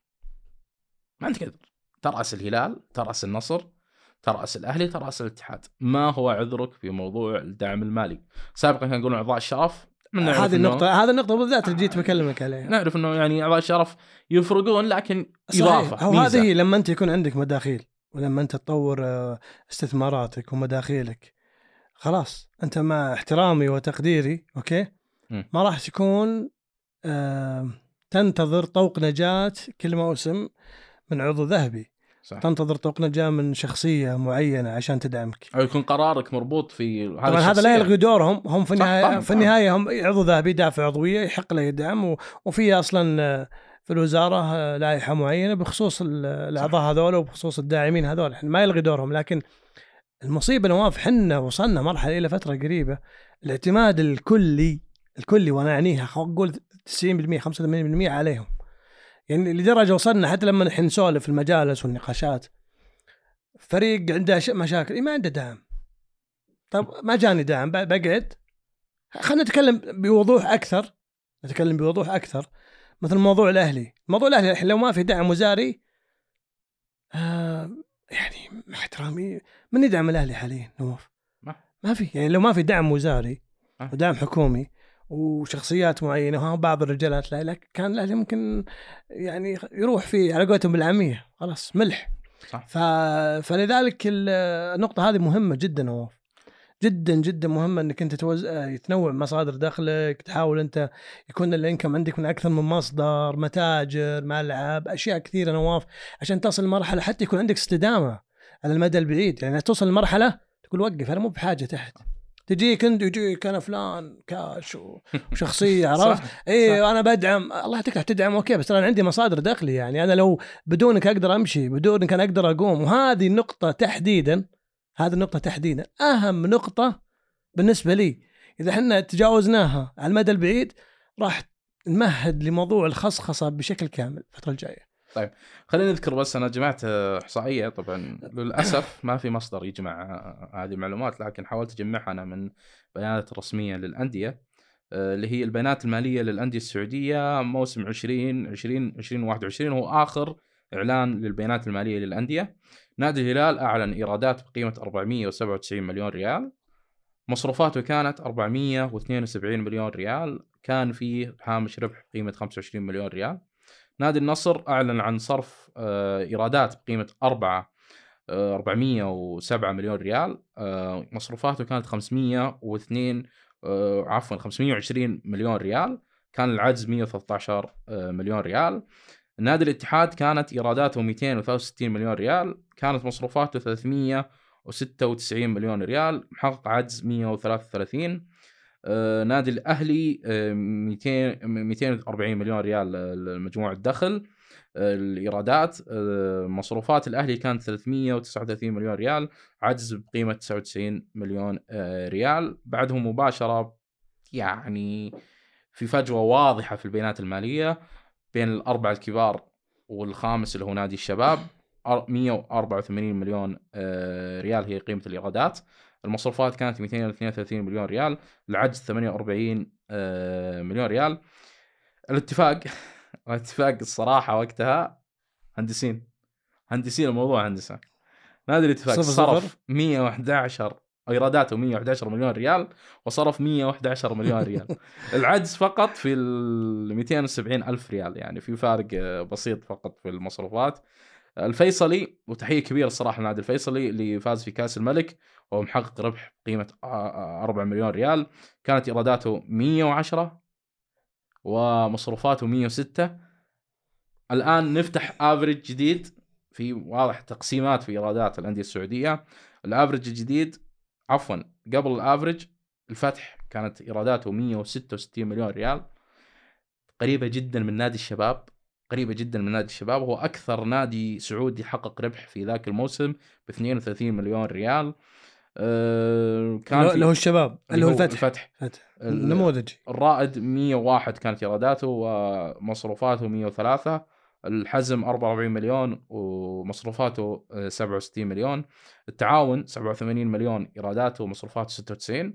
ترأس الهلال، ترأس النصر، ترأس الأهلي، ترأس الاتحاد، ما هو عذرك في موضوع الدعم المالي؟ سابقا كان يقولون أعضاء الشرف، هذه النقطة بالذات اللي جيت بكلمك عليها. نعرف إنه يعني أعضاء الشرف يفرقون، لكن إضافة أو هذه لما أنت يكون عندك مداخيل، ولما أنت تطور استثماراتك ومداخيلك، خلاص أنت مع احترامي وتقديري أوكي ما راح تكون تنتظر طوق نجاة كل موسم من عضو ذهبي. صح. تنتظر طوق نجاة من شخصية معينة عشان تدعمك، أو يكون قرارك مربوط في هذا. طبعا هذا لا يلغي دورهم، هم في النهاية هم عضو ذهبي دافع عضوية يحق له يدعم، وفي أصلا في الوزارة لائحة معينة بخصوص الأعضاء هذول وبخصوص الداعمين هذول، ما يلغي دورهم. لكن المصيبة نواف حنا وصلنا مرحلة إلى فترة قريبة الاعتماد الكلي وأنا أعنيها أقول 90% 85% عليهم. يعني لدرجة وصلنا حتى لما نحن نسولف في المجالس والنقاشات، فريق عنده مشاكل ما عنده دعم. طب ما جاني دعم، بقعد. خلينا نتكلم بوضوح أكثر. مثل موضوع الأهلي لو ما في دعم وزاري يعني مع احترامي من يدعم الأهلي حاليا نواف؟ ما في. يعني لو ما في دعم وزاري ودعم حكومي وشخصيات معينة وبعض الرجالات لا كان الأهلي ممكن يعني يروح في على قولتهم بالعامية خلاص ملح. صح. فلذلك النقطة هذه مهمة جدا نواف، جدا جدا مهمة انك انت تنوع مصادر دخلك، تحاول انت يكون الانكم عندك من اكثر من مصدر، متاجر، ملعب، اشياء كثيرة نواف، عشان تصل لمرحلة حتى يكون عندك استدامة على المدى البعيد. يعني توصل لمرحلة تقول وقف انا مو بحاجة تحت، يجيك انا فلان كاش وشخصيه عرفت ايه انا بدعم، الله تكره تدعم اوكي، بس انا عندي مصادر دخلي. يعني انا لو بدونك اقدر امشي، بدونك انا اقدر اقوم. وهذه النقطه تحديدا اهم نقطه بالنسبه لي. اذا احنا تجاوزناها على المدى البعيد راح نمهد لموضوع الخصخصه بشكل كامل الفتره الجايه. طيب خلينا نذكر بس أنا جمعت إحصائية، طبعا للأسف ما في مصدر يجمع هذه المعلومات، لكن حاولت أجمعها أنا من بيانات رسمية للأندية، اللي هي البيانات المالية للأندية السعودية موسم 2020-2021 هو آخر إعلان للبيانات المالية للأندية. نادي الهلال أعلن إيرادات بقيمة 497 مليون ريال، مصروفاته كانت 472 مليون ريال، كان فيه هامش ربح بقيمة 25 مليون ريال. نادي النصر أعلن عن صرف إيرادات بقيمة 407 مليون ريال، مصروفاته كانت 520 مليون ريال، كان العجز 113 مليون ريال. نادي الاتحاد كانت إيراداته 263 مليون ريال، كانت مصروفاته 396 مليون ريال، محقق عجز 133. نادي الأهلي 240 مليون ريال مجموع الدخل. الإيرادات مصروفات الأهلي كانت 339 مليون ريال، عجز بقيمة 99 مليون ريال. بعدهم مباشرة يعني في فجوة واضحة في البيانات المالية بين الأربعة الكبار والخامس اللي هو نادي الشباب. 184 مليون ريال هي قيمة الإيرادات، المصروفات كانت 232 مليون ريال، العجز 48 مليون ريال. الاتفاق الصراحة وقتها هندسين الموضوع هندسة. نادي الاتفاق 0-0. صرف 111 ايراداته 111 مليون ريال وصرف 111 مليون ريال. العجز فقط في 270 ألف ريال، يعني في فارق بسيط فقط في المصروفات. الفيصلي، وتحية كبيرة الصراحة لنادي الفيصلي اللي فاز في كأس الملك وهو محقق ربح قيمة 4 مليون ريال. كانت إيراداته 110 ومصروفاته 106. الآن نفتح افريج جديد، في واضح تقسيمات في إيرادات الأندية السعودية. الافريج الجديد عفوا قبل الافريج الفتح كانت إيراداته 166 مليون ريال، قريبة جدا من نادي الشباب، قريبة جدا من نادي الشباب. هو أكثر نادي سعودي حقق ربح في ذاك الموسم ب 32 مليون ريال. كان اللي هو الشباب اللي هو الفتح. نموذجي. الرائد 101 كانت إيراداته ومصروفاته 103. الحزم 44 مليون ومصروفاته 67 مليون. التعاون 87 مليون إيراداته ومصروفاته 96.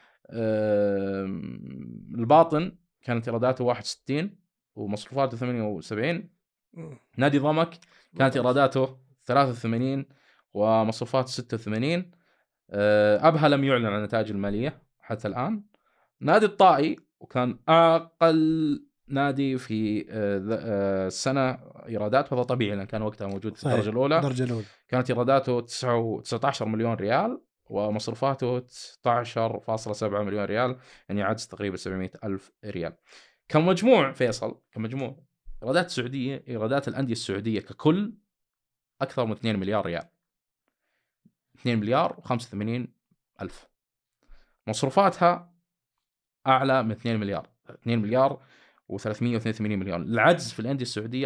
الباطن كانت إيراداته 61 ومصروفاته 78. نادي ضمك كانت إيراداته 83 ومصروفاته 86. أبها لم يعلن عن النتائج المالية حتى الآن. نادي الطائي وكان أقل نادي في السنة إيرادات، وهذا طبيعي لأن كان وقتها موجود في الدرجة الأولى. كانت إيراداته 19 مليون ريال ومصروفاته 16.7 مليون ريال، يعني عجز تقريبا 700 ألف ريال. كمجموع فيصل، كمجموع إيرادات السعودية، إيرادات الأندية السعودية ككل أكثر من 2 مليار ريال، 2 مليار و85 ألف. مصروفاتها أعلى من 2 مليار، 2 مليار و382 مليون. العجز في الأندية السعودية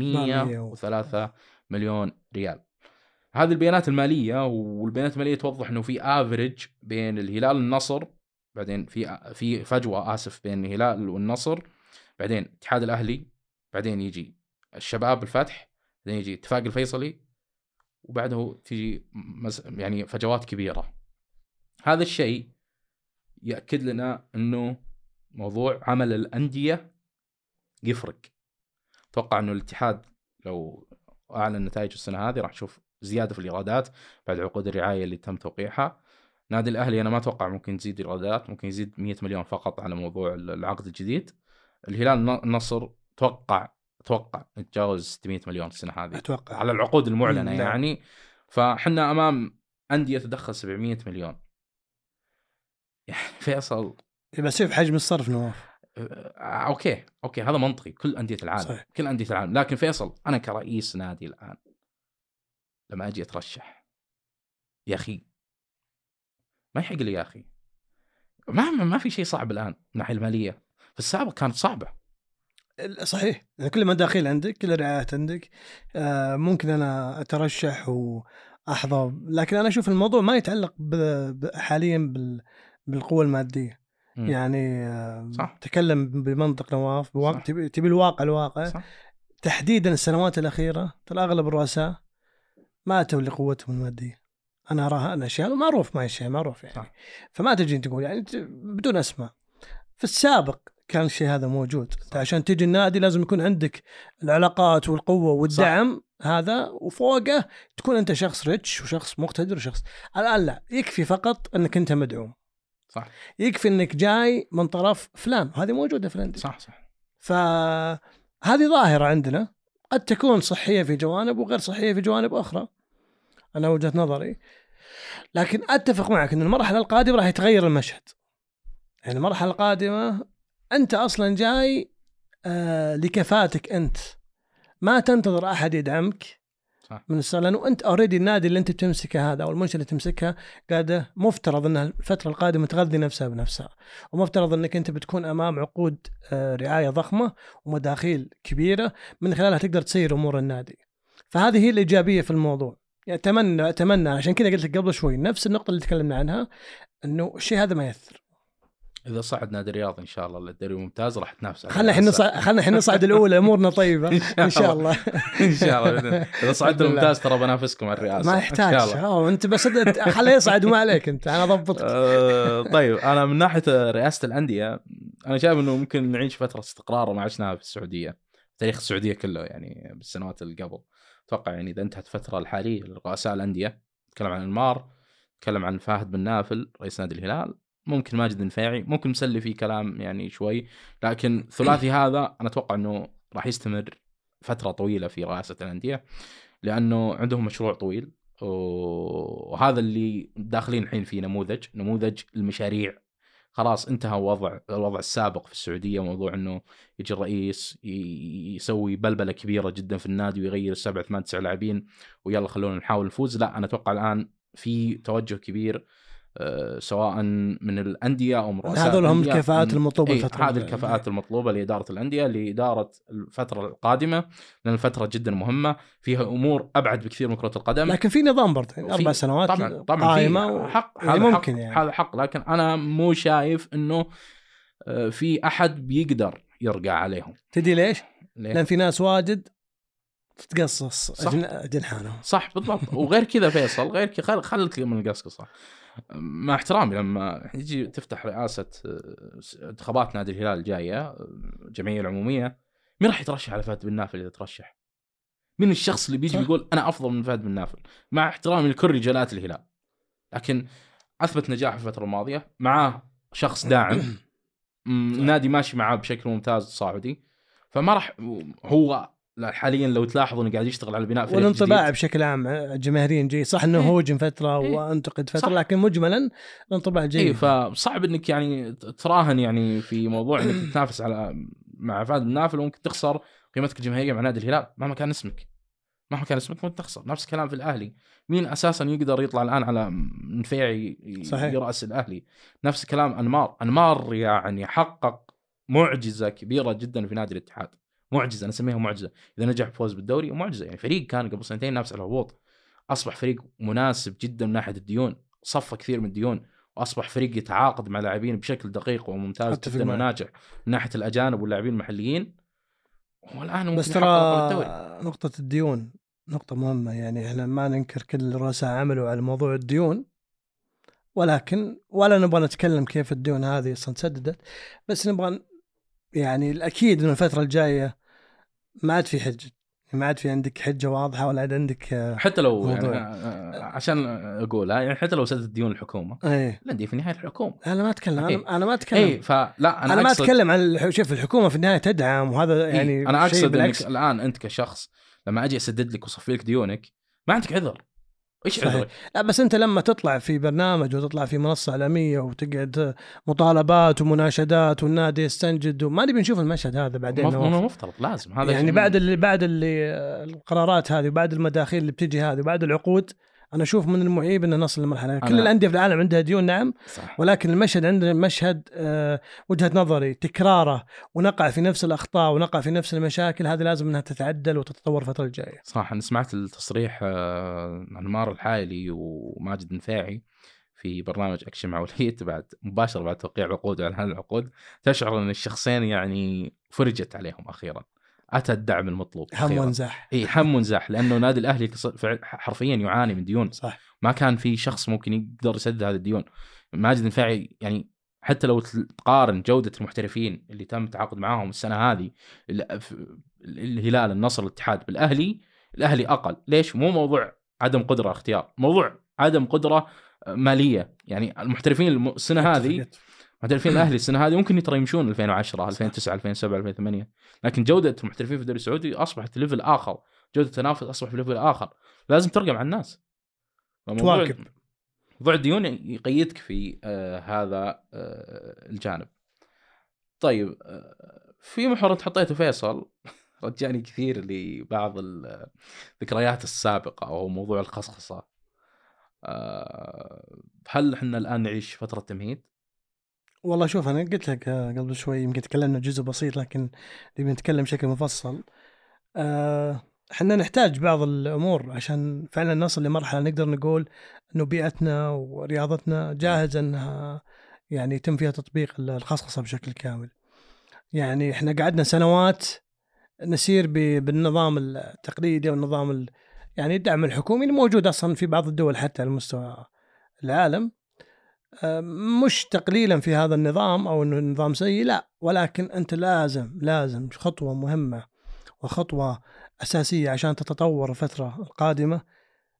403 مليون ريال. هذه البيانات المالية، والبيانات المالية توضح أنه في آفريج بين الهلال والنصر، بعدين في فجوة بين الهلال والنصر، بعدين اتحاد الأهلي، بعدين يجي الشباب الفتح، بعدين يجي اتفاق الفيصلي، وبعده تيجي يعني فجوات كبيرة. هذا الشيء يأكد لنا أنه موضوع عمل الأندية يفرق. أتوقع أنه الاتحاد لو أعلن نتائج السنة هذه راح نشوف زيادة في الإيرادات بعد عقود الرعاية اللي تم توقيعها. نادي الأهلي أنا ما أتوقع ممكن يزيد إيرادات، ممكن يزيد 100 مليون فقط على موضوع العقد الجديد. الهلال النصر توقع نتجاوز 600 مليون السنة هذه أتوقع على العقود المعلنة يعني. فحنا أمام أندية تدخل 700 مليون. يعني فيصل بس في حجم الصرف نواف. أوكي هذا منطقي، كل أندية العالم صحيح. كل أندية العالم. لكن فيصل أنا كرئيس نادي الآن لما أجي أترشح، يا أخي ما يحق لي، يا أخي ما في شيء صعب الآن من الناحية المالية. في السابق كانت صعبة. صحيح، يعني كل مداخيل عندك، كل الرعايات عندك، ممكن أنا أترشح وأحظى، لكن أنا أشوف الموضوع ما يتعلق حاليا بالقوة المادية. يعني تكلم بمنطق نواف، تبي الواقع صح. تحديدا السنوات الأخيرة ترى أغلب الرؤساء ما أتوا لقوتهم المادية. أنا أراها أنا أشياء معروف، ما شيء معروف يعني صح. فما تجي تقول يعني بدون أسماء. في السابق كان الشيء هذا موجود. عشان تيجي النادي لازم يكون عندك العلاقات والقوة والدعم صح. هذا وفوقه تكون أنت شخص ريتش وشخص مقتدر وشخص. الآن لا، يكفي فقط أنك أنت مدعوم صح. يكفي أنك جاي من طرف فلان، هذه موجودة في الأندية صح. فهذه ظاهرة عندنا قد تكون صحية في جوانب وغير صحية في جوانب أخرى، أنا وجهة نظري. لكن أتفق معك أن المرحلة القادمة راح يتغير المشهد. يعني المرحلة القادمة أنت أصلا جاي لكفاتك، أنت ما تنتظر أحد يدعمك صح. من السنة، لأنه أنت أوريدي النادي اللي أنت بتمسكه هذا أو المنشأة اللي تمسكها قاعدة مفترض أنها الفترة القادمة تغذي نفسها بنفسها، ومفترض أنك أنت بتكون أمام عقود رعاية ضخمة ومداخيل كبيرة من خلالها تقدر تسير أمور النادي. فهذه هي الإيجابية في الموضوع. يعني أتمنى عشان كذا قلت لك قبل شوي نفس النقطة اللي تكلمنا عنها، أنه الشيء هذا ما يأثر. إذا صعد نادي الرياض إن شاء الله للدوري الممتاز راح تنافس. خلنا إحنا نصعد الأولى، أمورنا طيبة إن شاء الله. إن شاء الله. إذا صعدت الممتاز ترى بنافسكم على الرئاسة. ما يحتاج. أنت بس خليه يصعد وما عليك أنت، أنا ضبطك. طيب أنا من ناحية رئاسة الأندية أنا شايف إنه ممكن نعيش فترة استقرار ما عشناها في السعودية، تاريخ السعودية كله يعني بالسنوات اللي قبل. أتوقع يعني إذا انتهت الفترة الحالية لرؤساء الأندية نتكلم عن أنمار، نتكلم عن فهد بن نافل رئيس نادي الهلال، ممكن ماجد النفاعي، ممكن مسلي فيه كلام يعني شوي، لكن ثلاثي هذا أنا أتوقع أنه راح يستمر فترة طويلة في رئاسة الأندية، لأنه عندهم مشروع طويل، وهذا اللي داخلين الحين في نموذج المشاريع. خلاص انتهى الوضع السابق في السعودية، موضوع انه يجي الرئيس يسوي بلبلة كبيرة جدا في النادي ويغير 7 8 9 لاعبين ويلا خلونا نحاول نفوز. لا، انا اتوقع الان في توجه كبير سواء من الأندية أو من رؤساء هذول هم الكفاءات المطلوبة الفترة هذه الكفاءات المطلوبة لإدارة الأندية لإدارة الفترة القادمة، لأن الفترة جدا مهمة، فيها أمور أبعد بكثير من كرة القدم. لكن في نظام برضه 4 سنوات طبعا في حق، هذا ممكن حق، يعني. هذا حق، لكن أنا مو شايف إنه في أحد بيقدر يرجع عليهم. تدري ليش؟ لأن في ناس واجد تتقصص جنحانهم. صح بالضبط. وغير كذا فيصل، غير كذا خلك من القصقصة، مع احترامي لما يجي تفتح رئاسة انتخابات نادي الهلال الجاية الجمعية العمومية، مين راح يترشح على فهد بن نافل؟ إذا ترشح مين الشخص اللي بيجي بيقول أنا أفضل من فهد بن نافل؟ مع احترامي لكل رجالات الهلال، لكن أثبت نجاح في الفترة الماضية، معاه شخص داعم، نادي ماشي معاه بشكل ممتاز صاعدي، فما راح هو حاليا لو تلاحظوا انه قاعد يشتغل على بناء فريق جديد. والانطباع بشكل عام جماهيريا جيد، صح انه هوجم فتره وانتقد فتره، لكن مجملا الانطباع جيد. فصعب انك يعني تراهن يعني في موضوع انك تنافس على مع فهد بن نافل، وممكن تخسر قيمتك الجماهيريه مع نادي الهلال مهما كان اسمك ممكن تخسر. نفس الكلام في الاهلي، مين اساسا يقدر يطلع الان على نفيعي يرأس الاهلي؟ نفس الكلام انمار يعني حقق معجزه كبيره جدا في نادي الاتحاد، معجزه انا اسميها معجزه اذا نجح بفوز بالدوري، ومعجزه يعني فريق كان قبل سنتين نافس على الهبوط اصبح فريق مناسب جدا من ناحيه الديون، صفى كثير من الديون، واصبح فريق يتعاقد مع لاعبين بشكل دقيق وممتاز جدا وناجح من ناحيه الاجانب واللاعبين المحليين، والان ممكن بس ترى نقطه الديون نقطه مهمه، يعني احنا ما ننكر كل الرؤساء عملوا على موضوع الديون، ولكن ولا نبغى نتكلم كيف الديون هذه اصلا تسددت، بس نبغى يعني الأكيد إنه الفترة الجاية ما عاد في حجة، ما عاد في عندك حجة واضحة ولا عاد عندك حتى لو يعني عشان أقول يعني حتى لو سددت ديون الحكومة الأندية في النهاية الحكومة. أنا ما أتكلم أنا ما أتكلم فلا أنا ما أتكلم عن شوف الحكومة في النهاية تدعم، وهذا يعني أنا أقصد إنك الآن أنت كشخص لما أجي أسدد لك وصفي لك ديونك ما عندك عذر. ايش عذرك؟ لا بس انت لما تطلع في برنامج وتطلع في منصه اعلاميه وتقعد مطالبات ومناشدات والنادي يستنجد، وما نبي نشوف المشهد هذا بعدين. مفترض لازم هذا يعني بعد اللي القرارات هذه وبعد المداخيل اللي بتجي هذه وبعد العقود، انا اشوف من المعيب ان نصل لمرحله كل الانديه في العالم عندها ديون نعم صح. ولكن المشهد عندنا مشهد وجهه نظري تكراره ونقع في نفس الاخطاء ونقع في نفس المشاكل، هذه لازم انها تتعدل وتتطور الفتره الجايه. صح. انا سمعت التصريح انمار الحايلي وماجد النفاعي في برنامج اكشن مع وليد مباشره بعد توقيع العقود وإعلان العقود، تشعر ان الشخصين يعني فرجت عليهم اخيرا، أتى الدعم المطلوب. هم ونزاح. هم ونزاح، لأنه نادي الأهلي حرفيا يعاني من ديون. صح. ما كان في شخص ممكن يقدر يسدد هذه الديون. ماجد النفاعي يعني حتى لو تقارن جودة المحترفين اللي تم التعاقد معاهم السنة هذه، الهلال، النصر، الاتحاد، بالأهلي، الأهلي أقل. ليش؟ مو موضوع عدم قدرة اختيار، موضوع عدم قدرة مالية. يعني المحترفين السنة هذه، محترفين الأهلي السنة هذه ممكن ترى يمشون 2010 2009 2007 2008، لكن جودة المحترفين في الدوري السعودي أصبحت ليفل آخر، جودة التنافس أصبح في ليفل آخر، لازم ترجع مع الناس. تواكب. موضوع الديون يقيدك في هذا الجانب. طيب في محور حطيته فيصل رجعني كثير لبعض الذكريات السابقة، أو موضوع الخصخصة. هل إحنا الآن نعيش فترة تمهيد؟ والله شوف أنا قلت لك قبل شوي يمكن تكلمنا جزء بسيط، لكن نبي نتكلم بشكل مفصل. احنا نحتاج بعض الأمور عشان فعلا نصل لمرحلة نقدر نقول إنه بيئتنا ورياضتنا جاهزة إنها يعني يتم فيها تطبيق الخصخصة بشكل كامل. يعني احنا قعدنا سنوات نسير بالنظام التقليدي والنظام يعني الدعم الحكومي الموجود أصلا في بعض الدول حتى على مستوى العالم، مش تقليلا في هذا النظام أو أنه النظام سيء، لا، ولكن أنت لازم خطوة مهمة وخطوة أساسية عشان تتطور الفترة القادمة،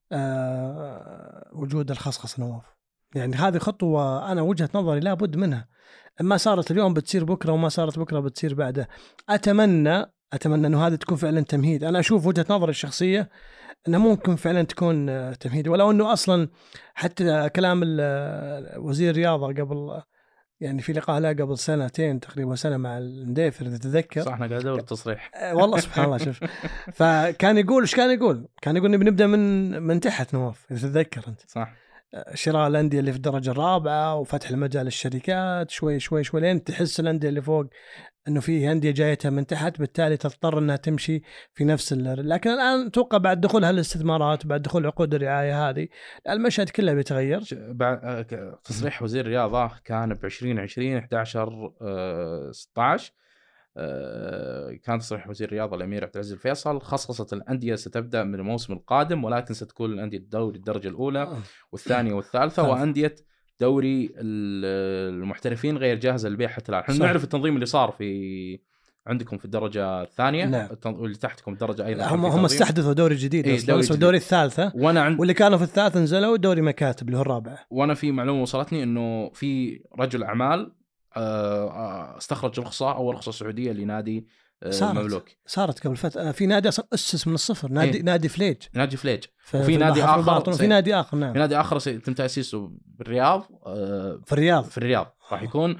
وجود الخصخص نواف. يعني هذه خطوة أنا وجهة نظري لابد منها، ما صارت اليوم بتصير بكرة، وما صارت بكرة بتصير بعده. أتمنى أنه هذه تكون فعلا تمهيد. أنا أشوف وجهة نظري الشخصية أنها ممكن فعلا تكون تمهيد، ولو أنه أصلا حتى كلام وزير الرياضة قبل يعني في لقاء له قبل سنتين تقريبا، سنة مع المديفر إذا تتذكر. صح، أنا قاعد أدور التصريح. والله سبحان الله. شوف، فكان يقول إيش كان يقول نبدأ من تحت نواف، إذا تتذكر أنت. صح. شراء الأندية اللي في الدرجة الرابعة وفتح المجال للشركات شوي شوي شوي لين تحس الأندية اللي فوق أنه فيه أندية جايتها من تحت، بالتالي تضطر أنها تمشي في نفس لكن الآن أتوقع بعد دخول هالاستثمارات، بعد دخول عقود الرعاية هذه، المشهد كله بيتغير. تصريح وزير الرياضة كان ب 2020 11/16. كان تصريح وزير الرياضة الأمير عبد العزيز الفيصل: خصخصة الأندية ستبدأ من الموسم القادم، ولكن ستكون الأندية الدوري الدرجة الأولى والثانية والثالثة وأندية دوري المحترفين غير جاهزة للبيع حتى الآن. نحن نعرف التنظيم اللي صار في عندكم في الدرجة الثانية. نعم. واللي تحتكم الدرجة أيضا هم استحدثوا دوري جديد. دوري الثالثة، واللي كانوا في الثالثة نزلوا دوري مكاتب اللي هو الرابع. وأنا في معلومة وصلتني إنه في رجل أعمال استخرج رخصة، أول رخصة سعودية لنادي مملوك. صارت قبل فترة في نادي أصلا أسس من الصفر، نادي فليج. وفي نادي آخر، في نادي آخر. نعم. في نادي آخر يتم تأسيسه بالرياض. في الرياض راح يكون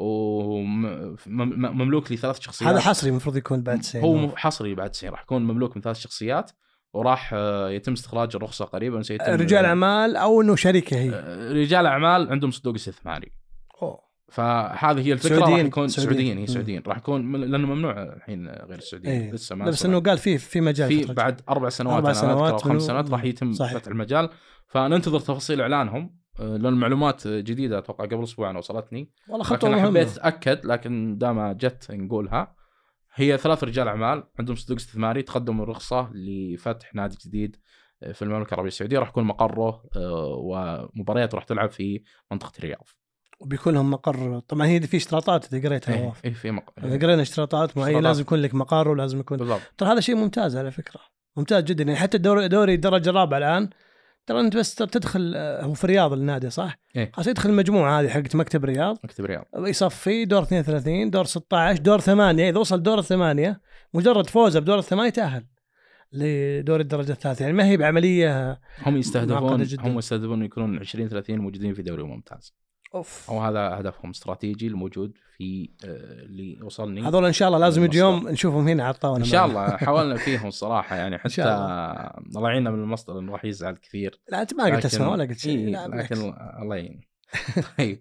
ومملوك لثلاث شخصيات. هذا حصري المفروض يكون بعد سنة. هو حصري بعد سنة راح يكون مملوك من ثلاث شخصيات، وراح يتم استخراج الرخصة قريبا. رجال أعمال أو إنه شركة هي؟ رجال أعمال عندهم صندوق استثماري. فهذه هي الفكرة. راح يكون سعوديين راح يكون، لأنه ممنوع الحين غير السعوديين. لسه ما بس إنه قال في مجال في بعد 4 سنوات أو 5 سنوات راح يتم فتح المجال. فننتظر تفاصيل إعلانهم، لأن المعلومات جديدة أتوقع قبل أسبوعين وصلتني، لكن أنا حبيت أتأكد. لكن دام جت نقولها، هي 3 رجال أعمال عندهم صندوق استثماري تقدموا الرخصة لفتح نادي جديد في المملكة العربية السعودية، راح يكون مقره ومباريات راح تلعب في منطقة الرياض، وبيكون لهم مقر. طبعا هي في اشتراطات إذا قريتها. في مقر. إذا قرينا اشتراطات معينة لازم يكون لك مقر، ولازم يكون. ترى هذا شيء ممتاز على فكرة، ممتاز جدا. يعني حتى دوري الدرجة الرابعة الآن، ترى أنت بس تدخل، هو في الرياض النادي صح؟ خلاص يدخل المجموعة هذه حقت مكتب رياض، يصفي دور 32 دور 16 دور 8، إذا وصل دور 8 مجرد فوزه بدور 8 تأهل لدور الدرجة الثالثة. يعني ما هي بعملية. هم يستهدفون يكونون 20-30 موجودين في دوري ممتاز. أو هذا هدفهم استراتيجي الموجود في اللي وصلني. هذول إن شاء الله لازم يجي يوم نشوفهم هنا على الطاولة. إن شاء الله حاولنا فيهم الصراحة، يعني حتى الله يعيننا من المصدر إنه راح يزعل كثير. لا أنت ما قلت اسمه ولا قلت شيء. لكن الله يعين. طيب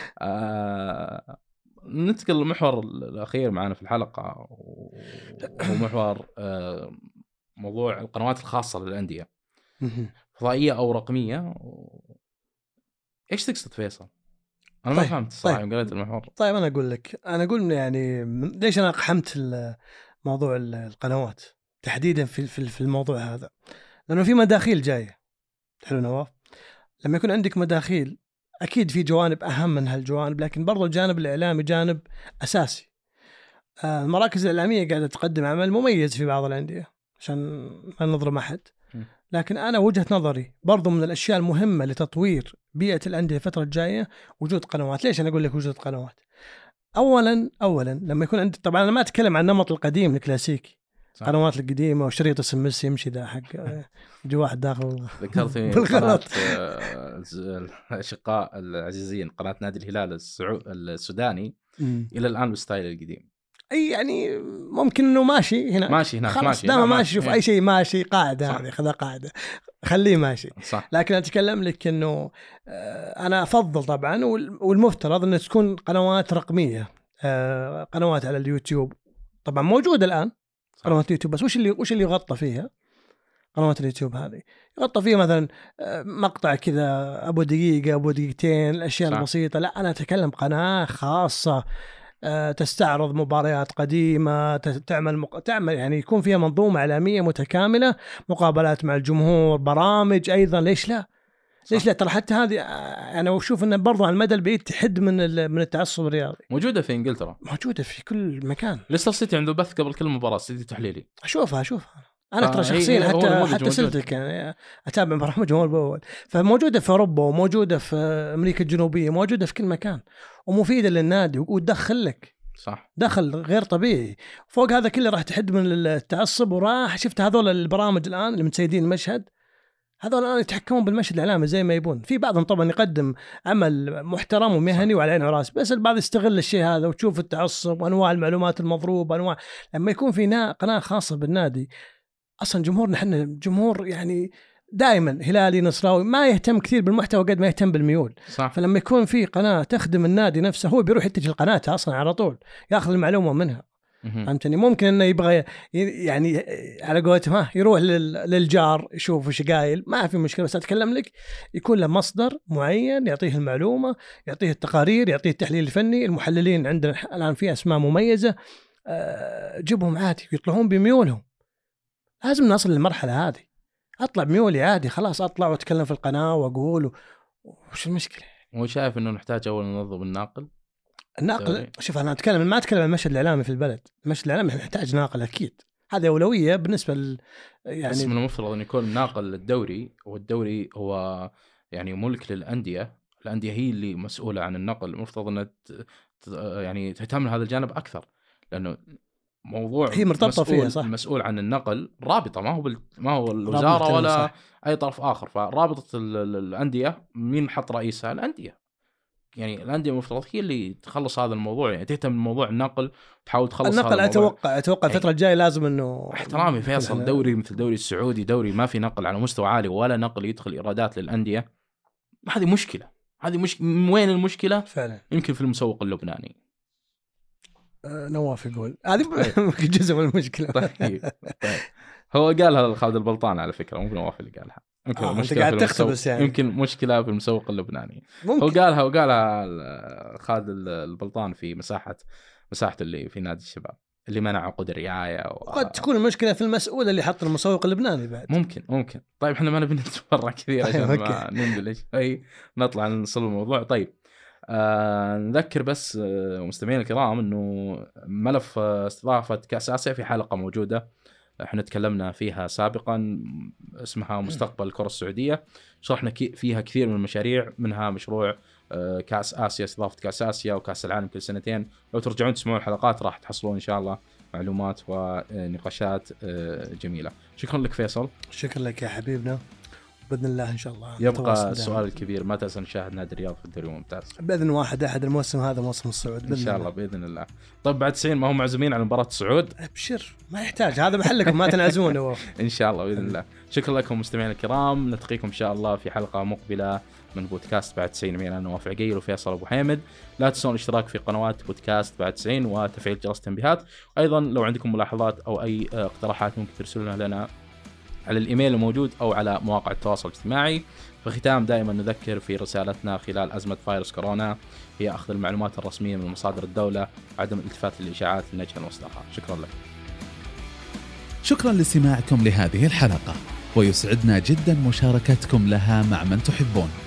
ننتقل للمحور الأخير معنا في الحلقة، ومحور موضوع القنوات الخاصة للأندية، فضائية أو رقمية. إيش تقصد فيصل؟ أنا ما فهمت الصراحة يوم قريت المحور. طيب أنا أقول لك، أنا أقول يعني ليش أنا قحمت موضوع القنوات تحديدا في الموضوع هذا، لأنه في مداخيل جاية. حلو نواف، لما يكون عندك مداخيل أكيد في جوانب أهم من هالجوانب، لكن برضو الجانب الإعلامي جانب أساسي. المراكز الإعلامية قاعدة تقدم عمل مميز في بعض الأندية عشان ما نظلم أحد، لكن أنا وجهة نظري برضو من الأشياء المهمة لتطوير بيئة الأندية الفترة الجاية وجود قنوات. ليش أنا أقول لك وجود قنوات؟ أولا لما يكون عندك، طبعا أنا ما أتكلم عن النمط القديم الكلاسيكي، قنوات القديمة وشريط اسم ميسي يمشي ذا حق جو واحد داخل. ذكرتني بالغلط الأشقاء العزيزين، قناة نادي الهلال السوداني إلى الآن بالستايل القديم. أي يعني ممكن إنه ماشي هنا، ماشي هناك، ماشي دام ماشي. شوف أي شيء ماشي قاعدة، هذه خذها قاعدة، خليه ماشي صح. لكن أتكلم لك إنه أنا أفضل طبعا، والمفترض إنه تكون قنوات رقمية، قنوات على اليوتيوب طبعا موجودة الآن صح. قنوات اليوتيوب، بس وش اللي يغطى فيها؟ قنوات اليوتيوب هذه يغطى فيها مثلا مقطع كذا أبو دقيقة أبو دقيقتين، الأشياء صح. البسيطة. لا أنا أتكلم قناة خاصة تستعرض مباريات قديمة، تعمل يعني يكون فيها منظومة إعلامية متكاملة، مقابلات مع الجمهور، برامج أيضا. ليش لا؟ ليش لا؟ ترى حتى هذه أنا أشوف أنه برضو على المدى البعيد تحد من التعصب الرياضي. موجودة في إنجلترا، موجودة في كل مكان. ليستر سيتي عنده بث قبل كل مباراة، سيتي تحليلي. أشوفها انا ترى شخصيا حتى سلتك يعني اتابع برامجهم اول باول، فموجوده في اوروبا وموجوده في امريكا الجنوبيه، موجوده في كل مكان ومفيده للنادي وتدخل لك صح دخل غير طبيعي. فوق هذا كله راح تحد من التعصب، وراح شفت هذول البرامج الان اللي متسيدين المشهد، هذول الان يتحكمون بالمشهد الاعلامي زي ما يبون. في بعضهم طبعا يقدم عمل محترم ومهني وعلى عيني وراس، بس البعض يستغل الشيء هذا وتشوف التعصب وانواع المعلومات المضروبه انواع. لما يكون في قناه خاصه بالنادي، اصلا جمهورنا احنا جمهور يعني دائما هلالي نصراوي، ما يهتم كثير بالمحتوى قد ما يهتم بالميول. صح. فلما يكون في قناه تخدم النادي نفسه، هو بيروح يتجه لقناتها اصلا على طول، ياخذ المعلومه منها. فهمتني؟ ممكن انه يبغى يعني على قولتهم يروح للجار يشوف وش قايل، ما في مشكله، بس اتكلم لك يكون له مصدر معين يعطيه المعلومه، يعطيه التقارير، يعطيه التحليل الفني. المحللين عندنا الان في اسماء مميزه، جيبهم عادي يطلعون بميولهم. لازم نصل للمرحله هذه، اطلع بميولي عادي خلاص، اطلع واتكلم في القناه واقول وش المشكله. مو شايف انه نحتاج اول ننظم الناقل؟ شوف انا ما اتكلم عن المشهد الاعلامي في البلد، المشهد الاعلامي نحتاج ناقل اكيد، هذه اولويه بالنسبه يعني بس من المفترض ان يكون ناقل الدوري، والدوري هو يعني ملك للانديه، الانديه هي اللي مسؤوله عن النقل. المفترض ان يعني تهتم لهذا الجانب اكثر، لانه موضوع هي مرتبطه فيها صح. المسؤول عن النقل رابطه، ما هو الوزاره ولا صح. اي طرف اخر. فرابطه الانديه مين حط رئيسها؟ الانديه. يعني الانديه المفترض هي اللي تخلص هذا الموضوع، يعني تهتم بموضوع النقل وتحاول تخلص النقل. هذا الموضوع. اتوقع الفتره الجايه لازم انه احترامي فيصل، دوري مثل الدوري السعودي دوري ما في نقل على مستوى عالي ولا نقل يدخل ايرادات للانديه، هذه مشكله. وين المشكله؟ فعلا يمكن في المسوق اللبناني. نواف يقول هذه جزء من المشكله. طيب. هو قالها خالد البلطان على فكره، مو نواف اللي قالها. يمكن مشكله في المسوق، يعني. يمكن مشكله في المسوق اللبناني. هو قالها خالد البلطان في مساحه اللي في نادي الشباب اللي منع عقود الرعايه قد تكون المشكله في المسؤول اللي حط المسوق اللبناني بعد. ممكن. طيب احنا ما نبي نتفرع كثير عشان ما نندلج، نطلع نصل الموضوع. طيب نذكر بس مستمعين الكرام انه ملف استضافه كاس اسيا في حلقه موجوده احنا تكلمنا فيها سابقا، اسمها مستقبل الكرة السعودية. شرحنا فيها كثير من المشاريع، منها مشروع كاس آسيا، استضافة كاس آسيا وكاس العالم كل سنتين. لو ترجعون تسمعون الحلقات راح تحصلون إن شاء الله معلومات ونقاشات جميلة. شكرا لك فيصل. شكرا لك يا حبيبنا، بإذن الله إن شاء الله. يبقى السؤال الكبير، متى سنشاهد نادي الرياض في الدوري الممتاز؟ بإذن واحد أحد الموسم هذا، موسم الصعود إن شاء الله بإذن الله. طيب بعد 90 ما هم معزومين على مباراة الصعود؟ أبشر ما يحتاج، هذا محلكم ما تنعزون. إن شاء الله بإذن الله. شكرا لكم مستمعين الكرام، نلتقيكم إن شاء الله في حلقة مقبلة من بودكاست بعد 90. أنا نواف عقيل وفيصل أبو حامد. لا تنسون الاشتراك في قنوات بودكاست بعد 90 وتفعيل جرس التنبيهات. أيضا لو عندكم ملاحظات أو أي اقتراحات ممكن ترسلونها لنا على الإيميل الموجود أو على مواقع التواصل الاجتماعي. في ختام دائما نذكر في رسالتنا خلال أزمة فيروس كورونا هي أخذ المعلومات الرسمية من مصادر الدولة، عدم الالتفات للإشاعات لنجهل مصدرها. شكرا لك. شكرا لسماعكم لهذه الحلقة، ويسعدنا جدا مشاركتكم لها مع من تحبون.